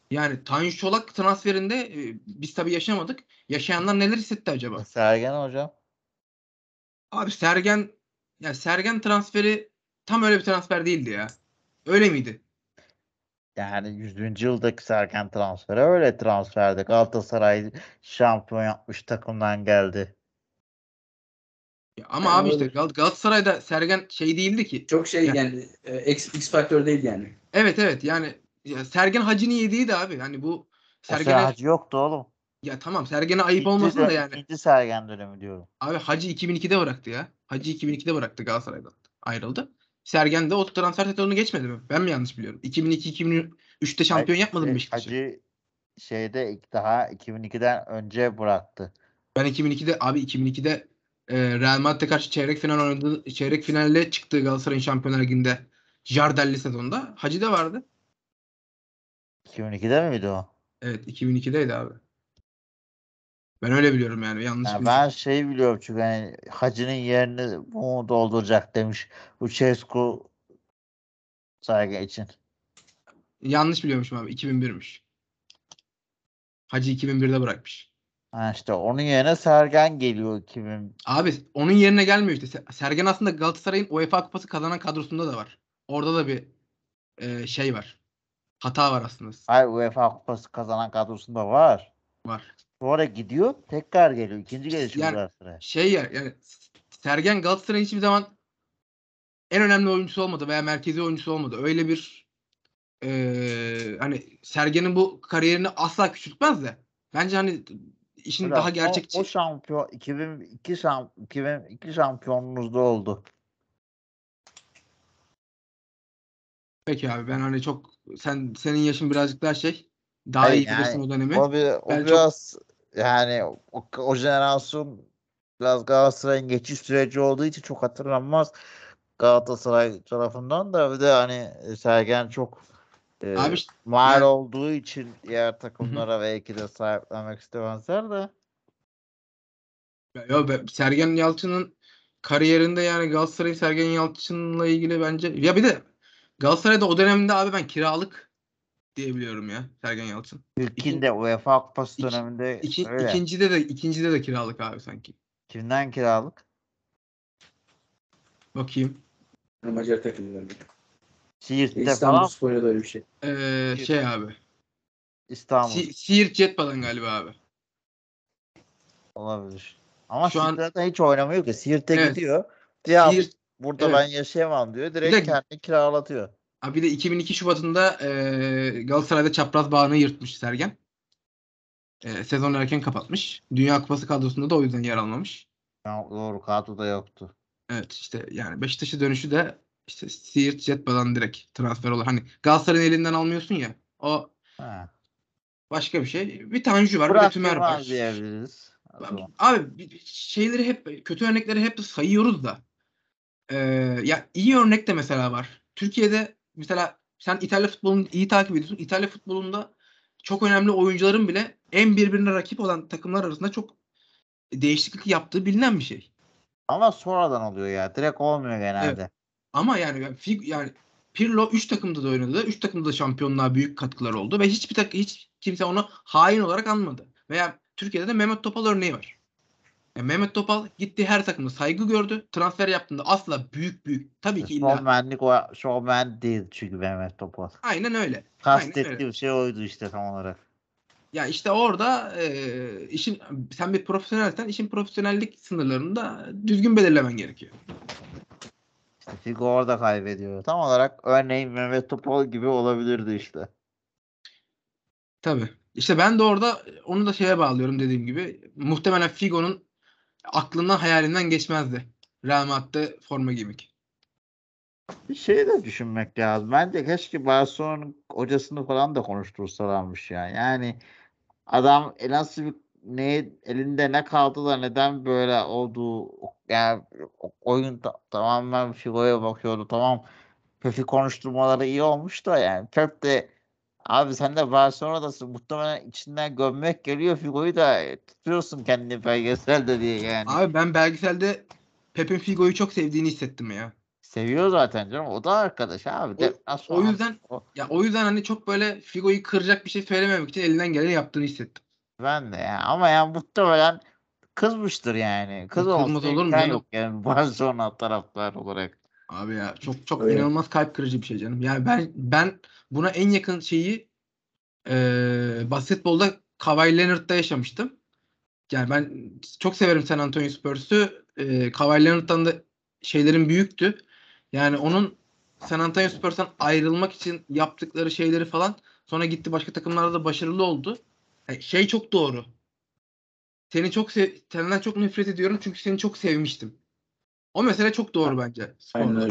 Yani Tanju Çolak transferinde e, biz tabii yaşamadık. Yaşayanlar neler hissetti acaba? Sergen hocam. Abi Sergen ya Sergen transferi tam öyle bir transfer değildi ya. Öyle miydi? Yani yüzüncü yıldaki Sergen transferi öyle transferdi. Galatasaray şampiyon yapmış takımdan geldi. Ya ama Yani abi işte olabilir. Gal- Galatasaray'da Sergen şey değildi ki. Çok şey Ya, yani e, X, X faktör değil yani. evet evet yani ya Sergen Hacı'nın yediğiydi abi. Yani bu O sene Sergen'e Hacı yoktu oğlum. ya tamam Sergen'e ayıp İkinci, olmasın da dö- yani. ikinci Sergen dönemi diyorum. Abi Hacı iki bin ikide bıraktı ya. Hacı iki bin ikide bıraktı Galatasaray'dan. Ayrıldı. Sergen de o transfer sezonunu geçmedi mi? Ben mi yanlış biliyorum? iki bin iki iki bin üçte Hay- şampiyon yapmadı mı şey, Beşiktaş'ı? Hacı şeyde ilk daha iki bin ikiden önce bıraktı. Ben iki bin ikide abi iki bin ikide e, Real Madrid'e karşı çeyrek final oynadı. Çeyrek finalle çıktı Galatasaray'ın Şampiyonlar Ligi'nde. Jardelli sezonda. Hacı da vardı. iki bin ikide miydi o? Evet iki bin ikideydi abi. Ben öyle biliyorum yani. Yanlış Yani bilmiyorum. ben şey biliyorum çünkü hani Hacı'nın yerini bu mu dolduracak demiş. Bu Cescu Sergen için. Yanlış biliyormuşum abi. iki bin birmiş. Hacı iki bin birde bırakmış. Ha işte onun yerine Sergen geliyor iki bin. Abi onun yerine gelmiyor işte. Se- Sergen aslında Galatasaray'ın UEFA Kupası kazanan kadrosunda da var. Orada da bir e, şey var. Hata var aslında. Hayır UEFA Kupası kazanan kadrosunda var. Var. Sonra gidiyor tekrar geliyor. İkinci gelişi bu Yani Galatasaray. şey ya yani Sergen Galatasaray'ın hiçbir zaman en önemli oyuncusu olmadı veya merkezi oyuncusu olmadı. Öyle bir e, hani Sergen'in bu kariyerini asla küçültmez de bence hani işin daha Hocam o, o gerçekçi. şampiyon iki bin iki şam, iki bin iki şampiyonunuzda oldu. Peki abi ben hani çok sen senin yaşın birazcık daha şey daha Hayır iyi bilirsin yani o dönemi. o, bir, o Ben çok biraz yani o, o jenerasyon biraz Galatasaray'ın geçiş süreci olduğu için çok hatırlanmaz Galatasaray tarafından da bir de hani e, Sergen çok e, abi işte- mal yani olduğu için diğer hı hı. takımlara belki de sahiplenmek istemezler de. Ya, ya be- Sergen Yalçın'ın kariyerinde yani Galatasaray Sergen Yalçın'la ilgili bence ya bir de Galatasaray'da o dönemde abi ben kiralık diyebiliyorum ya Sergen Yalçın. İkin, İlkinde UEFA Kupası iki, döneminde iki, öyle. ikincide de ikincide de kiralık abi sanki. Kimden kiralık? Bakayım. Macar takımları. Siirt'te falan. İstanbulspor'da da öyle bir şey. Ee, Siirt, şey abi. İstanbul Si Siirt Jetpa'dan galiba abi. olabilir. Ama Şu Siirt an zaten hiç oynamıyor ki. Siirt'e evet gidiyor. Ya Siirt burada ben evet. yaşayamam diyor. Bir Direkt de kendini kiralatıyor. abi bir de iki bin iki Şubat'ında e, Galatasaray'da çapraz bağını yırtmış Sergen. E, sezonu erken kapatmış. Dünya Kupası kadrosunda da o yüzden yer almamış. Ya, doğru kadroda yoktu. Evet işte yani Beşiktaş'a dönüşü de işte Siirt Jetpa'dan direkt transfer olur. Hani Galatasaray'ın elinden almıyorsun ya. O Ha. başka bir şey. Bir Tanju var, bir de Burak Tümer Yılmaz var. diyebiliriz. O zaman. Abi bir- şeyleri hep kötü örnekleri hep sayıyoruz da. Ee, ya iyi örnek de mesela var. Türkiye'de mesela sen İtalya futbolunu iyi takip ediyorsun. İtalya futbolunda çok önemli oyuncuların bile en birbirine rakip olan takımlar arasında çok değişiklik yaptığı bilinen bir şey. Ama sonradan oluyor ya. Direkt olmuyor Evet. genelde. Ama yani yani fig- yani Pirlo üç takımda da oynadı. Üç takımda da şampiyonluğa büyük katkıları oldu ve hiçbir tak hiç kimse onu hain olarak anmadı. Veya Türkiye'de de Mehmet Topal örneği var. Yani Mehmet Topal gittiği her takımda saygı gördü. Transfer yaptığında asla büyük büyük tabii ki illa Şovmenlik o şovmen değil çünkü Mehmet Topal. aynen öyle. Aynen öyle. Kastettiğim şey oydu işte tam olarak. Ya işte orada e, işin sen bir profesyonelsen işin profesyonellik sınırlarını da düzgün belirlemen gerekiyor. İşte Figo orada kaybediyor. Tam olarak örneğin Mehmet Topal gibi olabilirdi işte. Tabii. İşte ben de orada onu da şeye bağlıyorum dediğim gibi. Muhtemelen Figo'nun aklından hayalinden geçmezdi. Real Madrid'de forma giymek. Bir şey de düşünmek lazım. Bence keşke Barcelona'nın hocasını falan da konuştursalarmış ya. Yani adam e, nasıl bir ne elinde ne kaldı da neden böyle olduğu yani o- oyun ta- tamamen Figo'ya bakıyordu. Tamam Pep'i konuşturmaları iyi olmuş da yani Pep de abi sen de Barcelona'dasın. Muhtemelen içinden gömmek geliyor Figo'yu da e, tutuyorsun kendini belgeselde diye yani. Abi ben belgeselde Pep'in Figo'yu çok sevdiğini hissettim ya. Seviyor zaten canım. O da arkadaş abi. O, Deplasman o yüzden o- ya o yüzden hani çok böyle Figo'yu kıracak bir şey söylememek için elinden geleni yaptığını hissettim. ben de ya. Ama yani muhtemelen kızmıştır yani. Kız Kızmaz olmasına olur mu imkan canım? yok yani Barcelona taraftar olarak. Abi ya çok çok Öyle. inanılmaz kalp kırıcı bir şey canım. Yani ben ben buna en yakın şeyi e, basketbolda Kawhi Leonard'da yaşamıştım. Yani ben çok severim San Antonio Spurs'u. E, Kawhi Leonard'dan da şeylerin büyüktü. Yani onun San Antonio Spurs'tan ayrılmak için yaptıkları şeyleri falan sonra gitti başka takımlarda da başarılı oldu. Yani şey çok doğru. Seni çok sev senden çok nefret ediyorum çünkü seni çok sevmiştim. O mesele çok doğru bence Aynen sporda. öyle.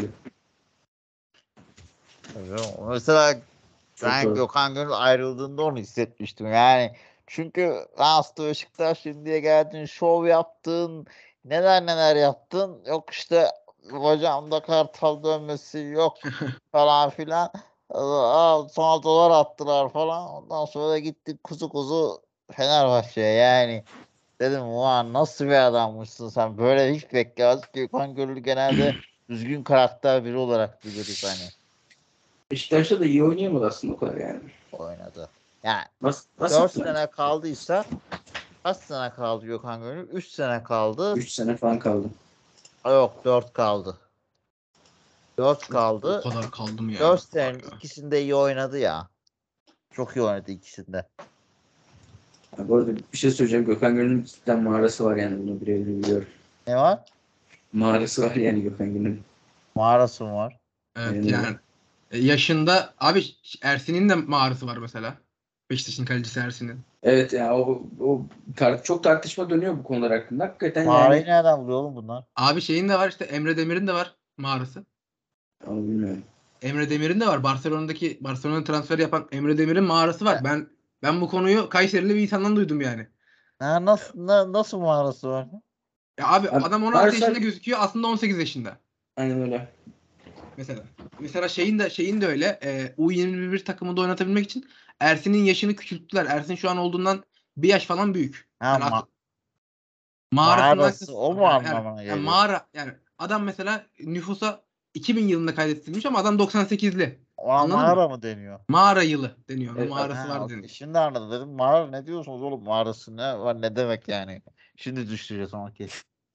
Evet. Mesela Çok ben doğru. Gökhan Gönül ayrıldığında onu hissetmiştim. Yani çünkü Aslı Beşiktaş şimdiye geldin, şov yaptın, neler neler yaptın. Yok işte hocamda kartal dönmesi yok falan filan. Aa, sonra dolar attılar falan. Ondan sonra da gittik kuzu kuzu Fenerbahçe'ye yani. Dedim ulan nasıl bir adammışsın sen. Böyle hiç beklemezdik. Gökhan Gönül genelde düzgün karakter biri olarak biliriz hani. Beşiktaş'ta da iyi oynayamadı aslında o kadar yani. Oynadı. Yani Bas, dört basit bence. sene kaldıysa kaç sene kaldı Gökhan Gönül? üç sene kaldı. üç sene falan kaldı. Aa, yok dört kaldı. dört O kaldı. kadar kaldım dört ya. Vay senenin be. ikisinde iyi oynadı ya. Çok iyi oynadı ikisinde. Ha, bu arada bir şey söyleyeceğim. Gökhan Gönül'ün cidden mağarası var yani. Bunu birebir biliyorum. Ne var? Mağarası var yani Gökhan Gönül'ün. Mağarası mı var? Evet Aynen öyle. yani e, yaşında abi Ersin'in de mağarası var mesela. Beşiktaş'ın kalecisi Ersin'in. Evet ya o, o tar- çok tartışma dönüyor bu konular hakkında. Hakikaten Mağarayı yani nereden buluyor oğlum bunlar? Abi şeyin de var işte Emre Demir'in de var mağarası. onu bilmiyorum. Emre Demir'in de var. Barcelona'daki Barcelona transfer yapan Emre Demir'in mağarası E, var. Ben ben bu konuyu Kayserili bir insandan duydum yani. ne- nasıl na- nasıl mağarası var? Ya abi Abi, adam on altı varsa yaşında gözüküyor aslında on sekiz yaşında aynen öyle. mesela. Mesela şeyin de şeyin de öyle. E, U yirmi bir takımında oynatabilmek için Ersin'in yaşını küçülttüler. Ersin şu an olduğundan bir yaş falan büyük. Ha, Yani ma- at- mağarasından mağarası kız o mu yani, yani, anlamına yani geliyor? mağara yani adam mesela nüfusa iki bin yılında kaydedilmiş ama adam doksan sekizli. Ona Anladın mı? mağara mı deniyor? Mağara yılı deniyor. Onun Evet, abi, mağarası Ha, var okey. deniyor. Şimdi anladım dedim. Mağara ne diyorsunuz oğlum? Mağarası ne var? Ne demek yani? Şimdi düşeceğiz ama ki.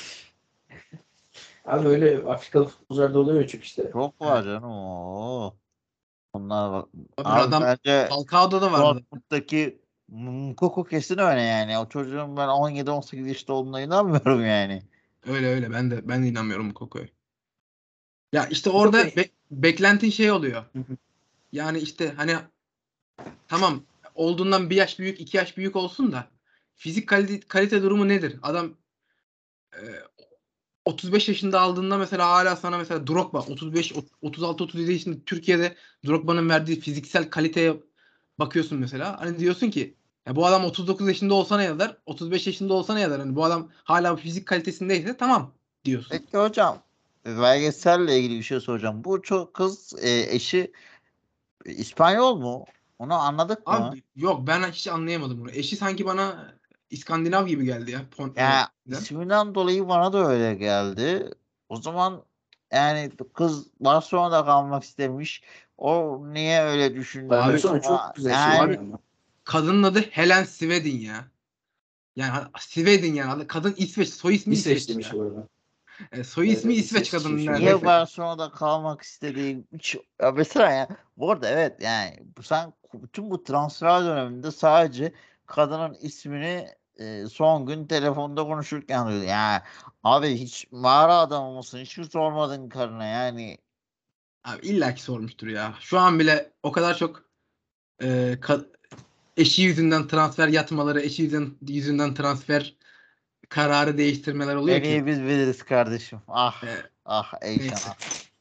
abi öyle Afrikalı futbolcularda oluyor çünkü işte. Çok var Evet. canım. Oo. Onlar var. Tabii Abi adam bence Falcao'da da vardı. Dortmund'daki Mukoko kesin öyle yani. O çocuğun ben on yedi on sekiz yaşında olduğuna inanmıyorum yani. Öyle öyle. Ben de ben de inanmıyorum bu Koko'ya. Ya işte Yok orada be. be- beklentin şey oluyor. Hı hı. Yani işte hani tamam olduğundan bir yaş büyük, iki yaş büyük olsun da fizik kalite, kalite durumu nedir? Adam e, otuz beş yaşında aldığında mesela hala sana mesela Drogba otuz beş otuz altı otuz yedi yaşında Türkiye'de Drogba'nın verdiği fiziksel kaliteye bakıyorsun mesela. Hani diyorsun ki ya bu adam otuz dokuz yaşında olsa ne yazar? otuz beş yaşında olsa ne yazar? Hani bu adam hala fizik kalitesindeyse tamam diyorsun. Peki hocam belgeselle ilgili bir şey soracağım. Bu çok kız e, eşi e, İspanyol mu? Onu anladık mı? Abi yok ben hiç anlayamadım bunu. Eşi sanki bana İskandinav gibi geldi ya. Pon, e, Ya isminden dolayı bana da öyle geldi. O zaman yani kız Barcelona'da kalmak istemiş. O niye öyle düşündü abi Barcelona acaba? çok güzel şey abi yani Yani ama. kadının adı Helen Svedin ya. Yani Svedin yani. Kadın İsveç. Soy ismi İsveç İsveç demiş ya. bu arada. E, soy Evet, ismi evet İsveç İsveç kadının kişiymiş o niye neredeyse. da. Barcelona'da kalmak istediğim hiç ya mesela ya bu arada evet yani bu- sen bütün bu transfer döneminde sadece kadının ismini e, son gün telefonda konuşurken duydum. Yani abi hiç mağara adamı mısın? Hiç mi sormadın karına yani? Abi illa ki sormuştur ya. Şu an bile o kadar çok e, ka- eşi yüzünden transfer yatmaları, eşi yüzünden, yüzünden transfer kararı değiştirmeler oluyor En ki. iyi biz biliriz kardeşim. Ah E, ah Eyşan neyse. ah.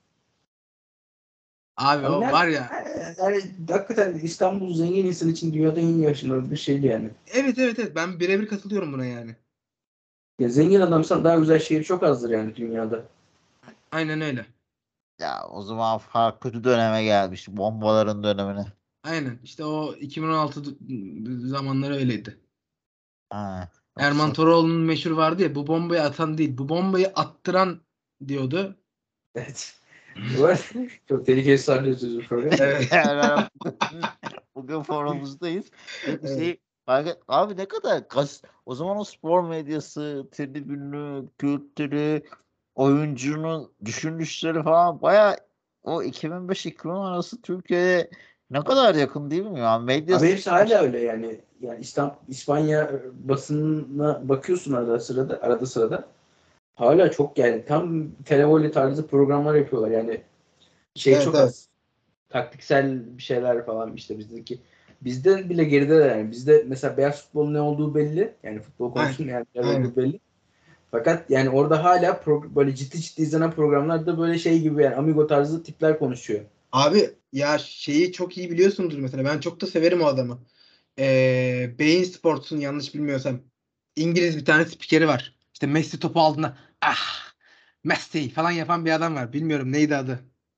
Abi Abi o nerede? var ya. Yani hakikaten İstanbul zengin insan için dünyada en iyi yaşanır bir şeydi yani. Evet evet evet ben birebir katılıyorum buna yani. Ya zengin adamsan daha güzel şehir çok azdır yani dünyada. Aynen öyle. Ya o zaman farklı bir döneme gelmiş. Bombaların dönemine. Aynen. İşte o iki bin on altı d- zamanları öyleydi. Ha, Erman yoksa Toroğlu'nun meşhur vardı ya bu bombayı atan değil bu bombayı attıran diyordu. Evet. Çok tehlikeli sarıyorsunuz bu program. Evet. Yani bugün, bugün forumuzdayız. Bir Evet. şey fark et- abi ne kadar gaz, o zaman o spor medyası, tribünü, kültürü, oyuncunun düşünüşleri falan baya o iki bin beş iki bin on arası Türkiye'ye ne kadar yakın değil mi ya? Abi Medyası hepsi hala öyle yani. Yani İstanbul, İspanya basınına bakıyorsun arada sırada, arada sırada. Hala çok yani tam televole tarzı programlar yapıyorlar yani. Şey Evet, çok evet. az. Taktiksel bir şeyler falan işte bizdeki. Bizden bile geride de yani. Bizde mesela beyaz futbolun ne olduğu belli. Yani futbol Aynen. konusunun yani ne Aynen. olduğu belli. Fakat yani orada hala pro- böyle ciddi ciddi izlenen programlarda böyle şey gibi yani Amigo tarzı tipler konuşuyor. Abi ya şeyi çok iyi biliyorsundur mesela. Ben çok da severim o adamı. Ee, Bein Sports'un yanlış bilmiyorsam İngiliz bir tane spikeri var. İşte Messi topu aldığında ah Messi falan yapan bir adam var. Bilmiyorum neydi adı.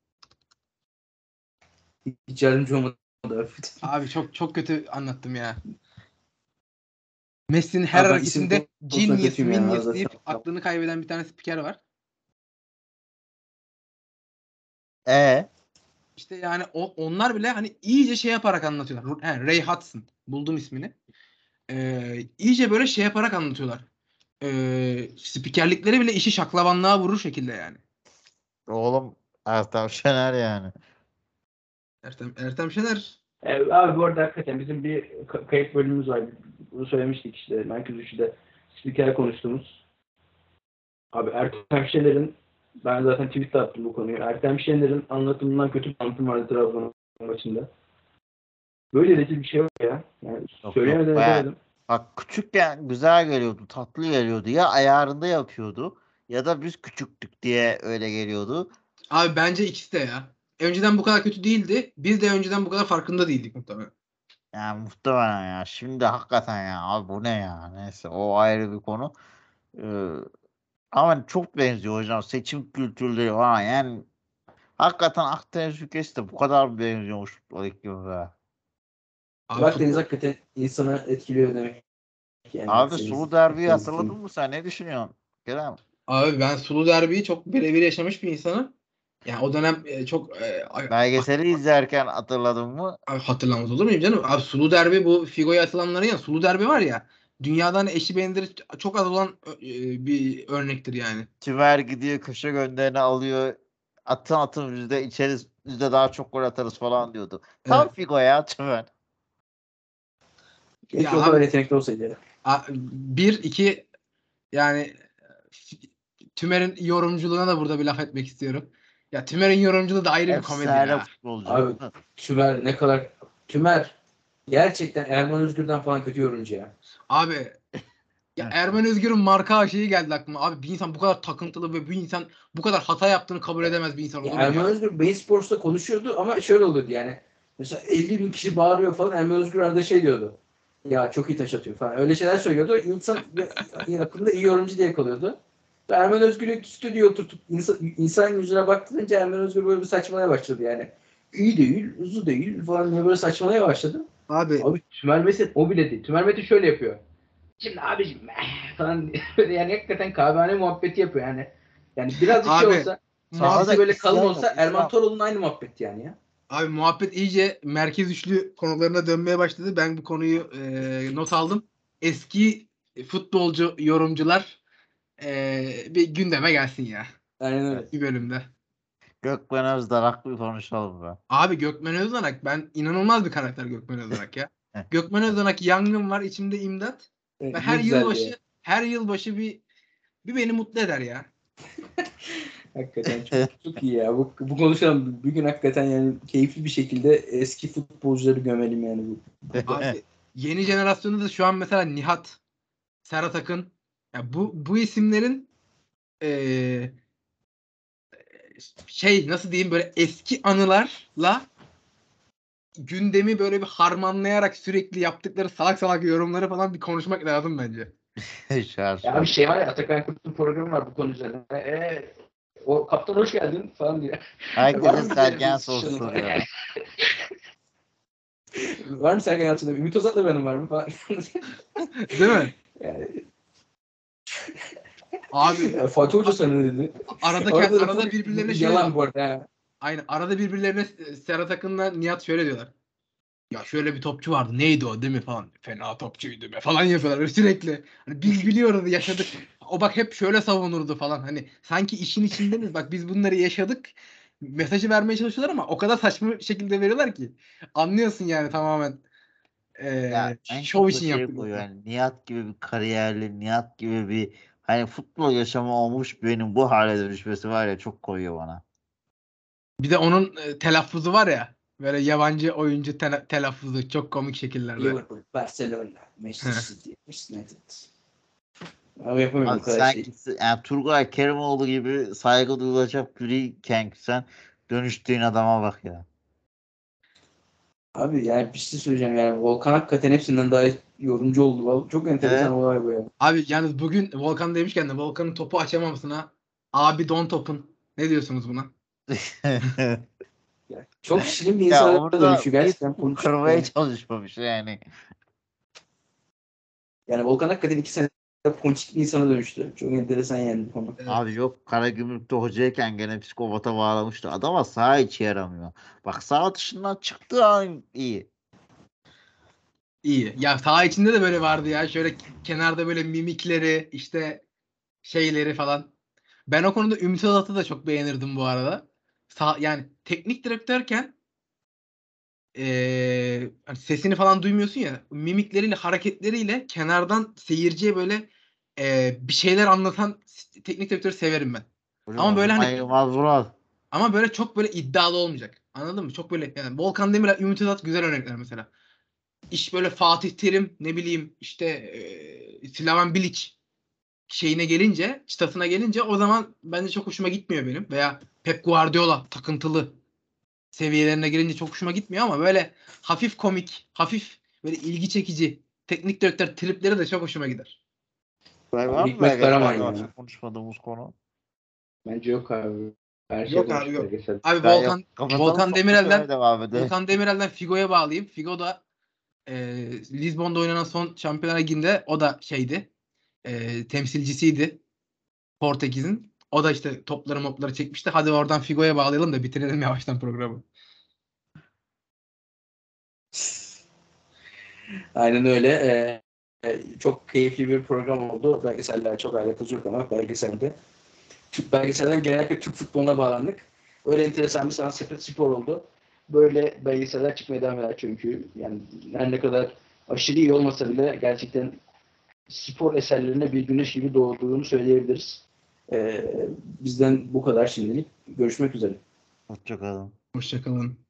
Hiç yardımcı olmadı. Abi çok çok kötü anlattım ya. Messi'nin her Abi ben isim hareketinde konusunda genius, kötüyüm yani. minius Arada deyip tamam. aklını kaybeden bir tane spiker var. e İşte yani o, onlar bile hani iyice şey yaparak anlatıyorlar. He, Ray Hudson. Buldum ismini. Ee, iyice böyle şey yaparak anlatıyorlar. Ee, spikerlikleri bile işi şaklabanlığa vurur şekilde yani. oğlum Ertem Şener yani. Ertem, Ertem Şener. E, abi bu arada hakikaten bizim bir ka- kayıt bölümümüz var. Bunu söylemiştik işte. Merkez Üçü'de spiker konuştuğumuz. Abi Ertem Şener'in ben zaten tweet'te attım bu konuyu. Ertem Şener'in anlatımından kötü bir anlatım vardı Trabzon maçında. Böyle rezil bir şey yok ya. Yani Yok yok söyleyemedim baya edemedim. bak küçükken güzel geliyordu, tatlı geliyordu. Ya ayarında yapıyordu ya da biz küçüktük diye öyle geliyordu. Abi bence ikisi de ya. Önceden bu kadar kötü değildi. Biz de önceden bu kadar farkında değildik muhtemelen. Yani muhtemelen ya. Şimdi hakikaten ya abi bu ne ya? Neyse o ayrı bir konu. Ee, ama çok benziyor hocam. Seçim kültürleri falan yani hakikaten Akdeniz ülkesi de bu kadar benziyormuş futbol ekibi be. Abi Akdeniz futbol. hakikaten insanı etkiliyor demek. Yani Abi Akdeniz, Sulu Derbi'yi Akdeniz hatırladın iklimi. mı sen? Ne düşünüyorsun? Kerem? Abi ben Sulu Derbi'yi çok birebir yaşamış bir insanım. Yani o dönem e, çok e, a- a- Belgeseli izlerken hatırladın mı? a- hatırlamaz olur muyum canım? Abi Sulu Derbi bu Figo'ya atılanların ya Sulu Derbi var ya dünyadan eşi benzeri çok az olan e, bir örnektir yani. Tümer gidiyor köşe gönderini alıyor. Atın atın yüzde içeriz yüzde daha çok gol atarız falan diyordu. Tam Evet. Figo ya Tümer. Keşke Ya o kadar abi yetenekli olsaydı. Ya. a- bir iki yani Tümer'in yorumculuğuna da burada bir laf etmek istiyorum. Ya Tümer'in yorumculuğu da ayrı bir komedi Efsane ya. futbolcu. Abi Tümer ne kadar Tümer gerçekten Erman Özgür'den falan kötü yorumcu ya. Abi ya Ermen Özgür'ün marka şeyi geldi aklıma. Abi bir insan bu kadar takıntılı ve bir insan bu kadar hata yaptığını kabul edemez bir insan Ya olur mu Erman ya? Özgür Bein Sports'ta konuşuyordu ama şöyle oluyordu yani. Mesela elli bin kişi bağırıyor falan. Erman Özgür arada şey diyordu. Ya çok iyi taş atıyor falan. Öyle şeyler söylüyordu. İnsan ya- aklında iyi yorumcu diye kalıyordu. Erman Özgür'ü stüdyoya oturtup insan, insan yüzüne baktırınca Erman Özgür böyle bir saçmalamaya başladı yani. İyi değil, uzun değil falan diye böyle saçmalamaya başladı. Abi Abi Tümer Metin o bile değil. Tümer Metin şöyle yapıyor. Şimdi abicim eh, falan diye. Yani hakikaten kahvehane muhabbeti yapıyor yani. Yani birazcık şey abi olsa muhab Sahada sesi böyle kalın isyan yok. olsa Erman İsyan. Toroğlu'nun aynı muhabbet yani ya. abi muhabbet iyice merkez üçlü konularına dönmeye başladı. Ben bu konuyu e, not aldım. Eski futbolcu yorumcular e, bir gündeme gelsin ya. Aynen öyle. Bir bölümde. Gökmen Özdarak bir konuşalım be. Abi Gökmen Özdanak ben inanılmaz bir karakter Gökmen Özdanak ya. Gökmen Özdanak yangın var içimde imdat. Ve Evet, ne her güzel diyor. yılbaşı her yılbaşı bir bir beni mutlu eder ya. Hakikaten çok çok iyi ya. Bu, bu konuşalım. Bir gün hakikaten yani keyifli bir şekilde eski futbolcuları gömelim yani bu. Abi yeni jenerasyonda da şu an mesela Nihat, Serhat Akın ya bu bu isimlerin eee, şey nasıl diyeyim böyle eski anılarla gündemi böyle bir harmanlayarak sürekli yaptıkları salak salak yorumları falan bir konuşmak lazım bence. Şar Ya bir şar. şey var ya Atakan Kurt'un programı var bu konu üzerine. E, o kaptan hoş geldin falan diyor. Var Herkese mı güzel Sergen bir soru şanı soruyor. var? Var mı Sergen Yalçın'da? Ümit Ozan'la benim var mı falan. Değil mi? Yani Abi Ya Fatih Hoca sana dedi. arada Orada kend- da arada full birbirlerine şöyle yalan bu arada. ha. aynen arada birbirlerine Serhat Akın'la Nihat şöyle diyorlar. Ya şöyle bir topçu vardı. Neydi o değil mi falan. Fena topçuydu be falan yapıyorlar böyle sürekli. Hani biz biliyoruz yaşadık. O bak hep şöyle savunurdu falan. Hani sanki işin içindeniz. Bak biz bunları yaşadık. Mesajı vermeye çalışıyorlar ama o kadar saçma şekilde veriyorlar ki. Anlıyorsun yani tamamen. Ya Ee, en şov çok da için şey yaptık. koyuyor yani Nihat gibi bir kariyerli, Nihat gibi bir hani futbol yaşamı olmuş birinin bu hale dönüşmesi var ya çok koyuyor bana. Bir de onun e, telaffuzu var ya. Böyle yabancı oyuncu te- telaffuzu çok komik şekillerde. Liverpool, Barcelona, Manchester City, Manchester United. Abi yapamıyorum Abi bu kadar sen şey. yani Turgay Kerimoğlu gibi saygı duyulacak biriyken sen dönüştüğün adama bak ya. Abi yani bir şey söyleyeceğim yani Volkan hakikaten hepsinden daha yorumcu oldu. Vallahi çok enteresan Evet. olay bu ya. Abi yalnız bugün Volkan demişken de Volkan'ın topu açamamasına abi don topun. Ne diyorsunuz buna? Ya, çok şirin bir Ya insana orada dönüşü bir gerçekten topu konuşuyor kırmaya yani. çalışmamış yani. Yani Volkan hakikaten iki sene ponçik bir insana dönüştü. Çok enteresan yani bu konu. Evet. Abi yok Karagümrük'te hocayken gene psikopata bağlamıştı. Adama sağ içi yaramıyor. Bak sağ dışından çıktığı an iyi. İyi. Ya saha içinde de böyle vardı ya. Şöyle kenarda böyle mimikleri işte şeyleri falan. Ben o konuda Ümit Özat'ı da çok beğenirdim bu arada. Sağ, yani teknik direktörken eee, hani sesini falan duymuyorsun ya. Mimikleriyle hareketleriyle kenardan seyirciye böyle eee, bir şeyler anlatan teknik direktörü severim ben. Hocam Ama o böyle zaman hani Yılmaz Vural. ama böyle çok böyle iddialı olmayacak. Anladın mı? Çok böyle yani Volkan Demirel, Ümit Özat güzel örnekler mesela. İş böyle Fatih Terim ne bileyim işte e, Slaven Bilic şeyine gelince, çıtasına gelince o zaman bence çok hoşuma gitmiyor benim. Veya Pep Guardiola takıntılı seviyelerine gelince çok hoşuma gitmiyor ama böyle hafif komik, hafif böyle ilgi çekici teknik direktör tripleri de çok hoşuma gider. Var Abi mı Hikmet Karaman belgeselde başka ya. konuşmadığımız konu? Bence yok abi. Her şey Yok abi konuştuk yok. belgesel. Abi Ben yok. Volkan Kapatalım Volkan sonra şöyle Demirel'den devam edelim. Volkan Demirel'den Figo'ya bağlayayım. Figo da e, Lizbon'da oynanan son Şampiyonlar Ligi'nde o da şeydi. E, temsilcisiydi Portekiz'in. O da işte topları mopları çekmişti. Hadi oradan Figo'ya bağlayalım da bitirelim yavaştan programı. Aynen öyle. Ee, e, çok keyifli bir program oldu. Belgeseller çok alakası yok ama belgeselde. Türk belgeselden genellikle Türk futboluna bağlandık. Öyle enteresan bir sanat sepet spor oldu. Böyle belgeseller çıkmaya devam eder çünkü. Yani her ne kadar aşırı iyi olmasa bile gerçekten spor eserlerine bir güneş gibi doğduğunu söyleyebiliriz. Ee, bizden bu kadar şimdilik. Görüşmek üzere. Hoşçakalın. Hoşçakalın.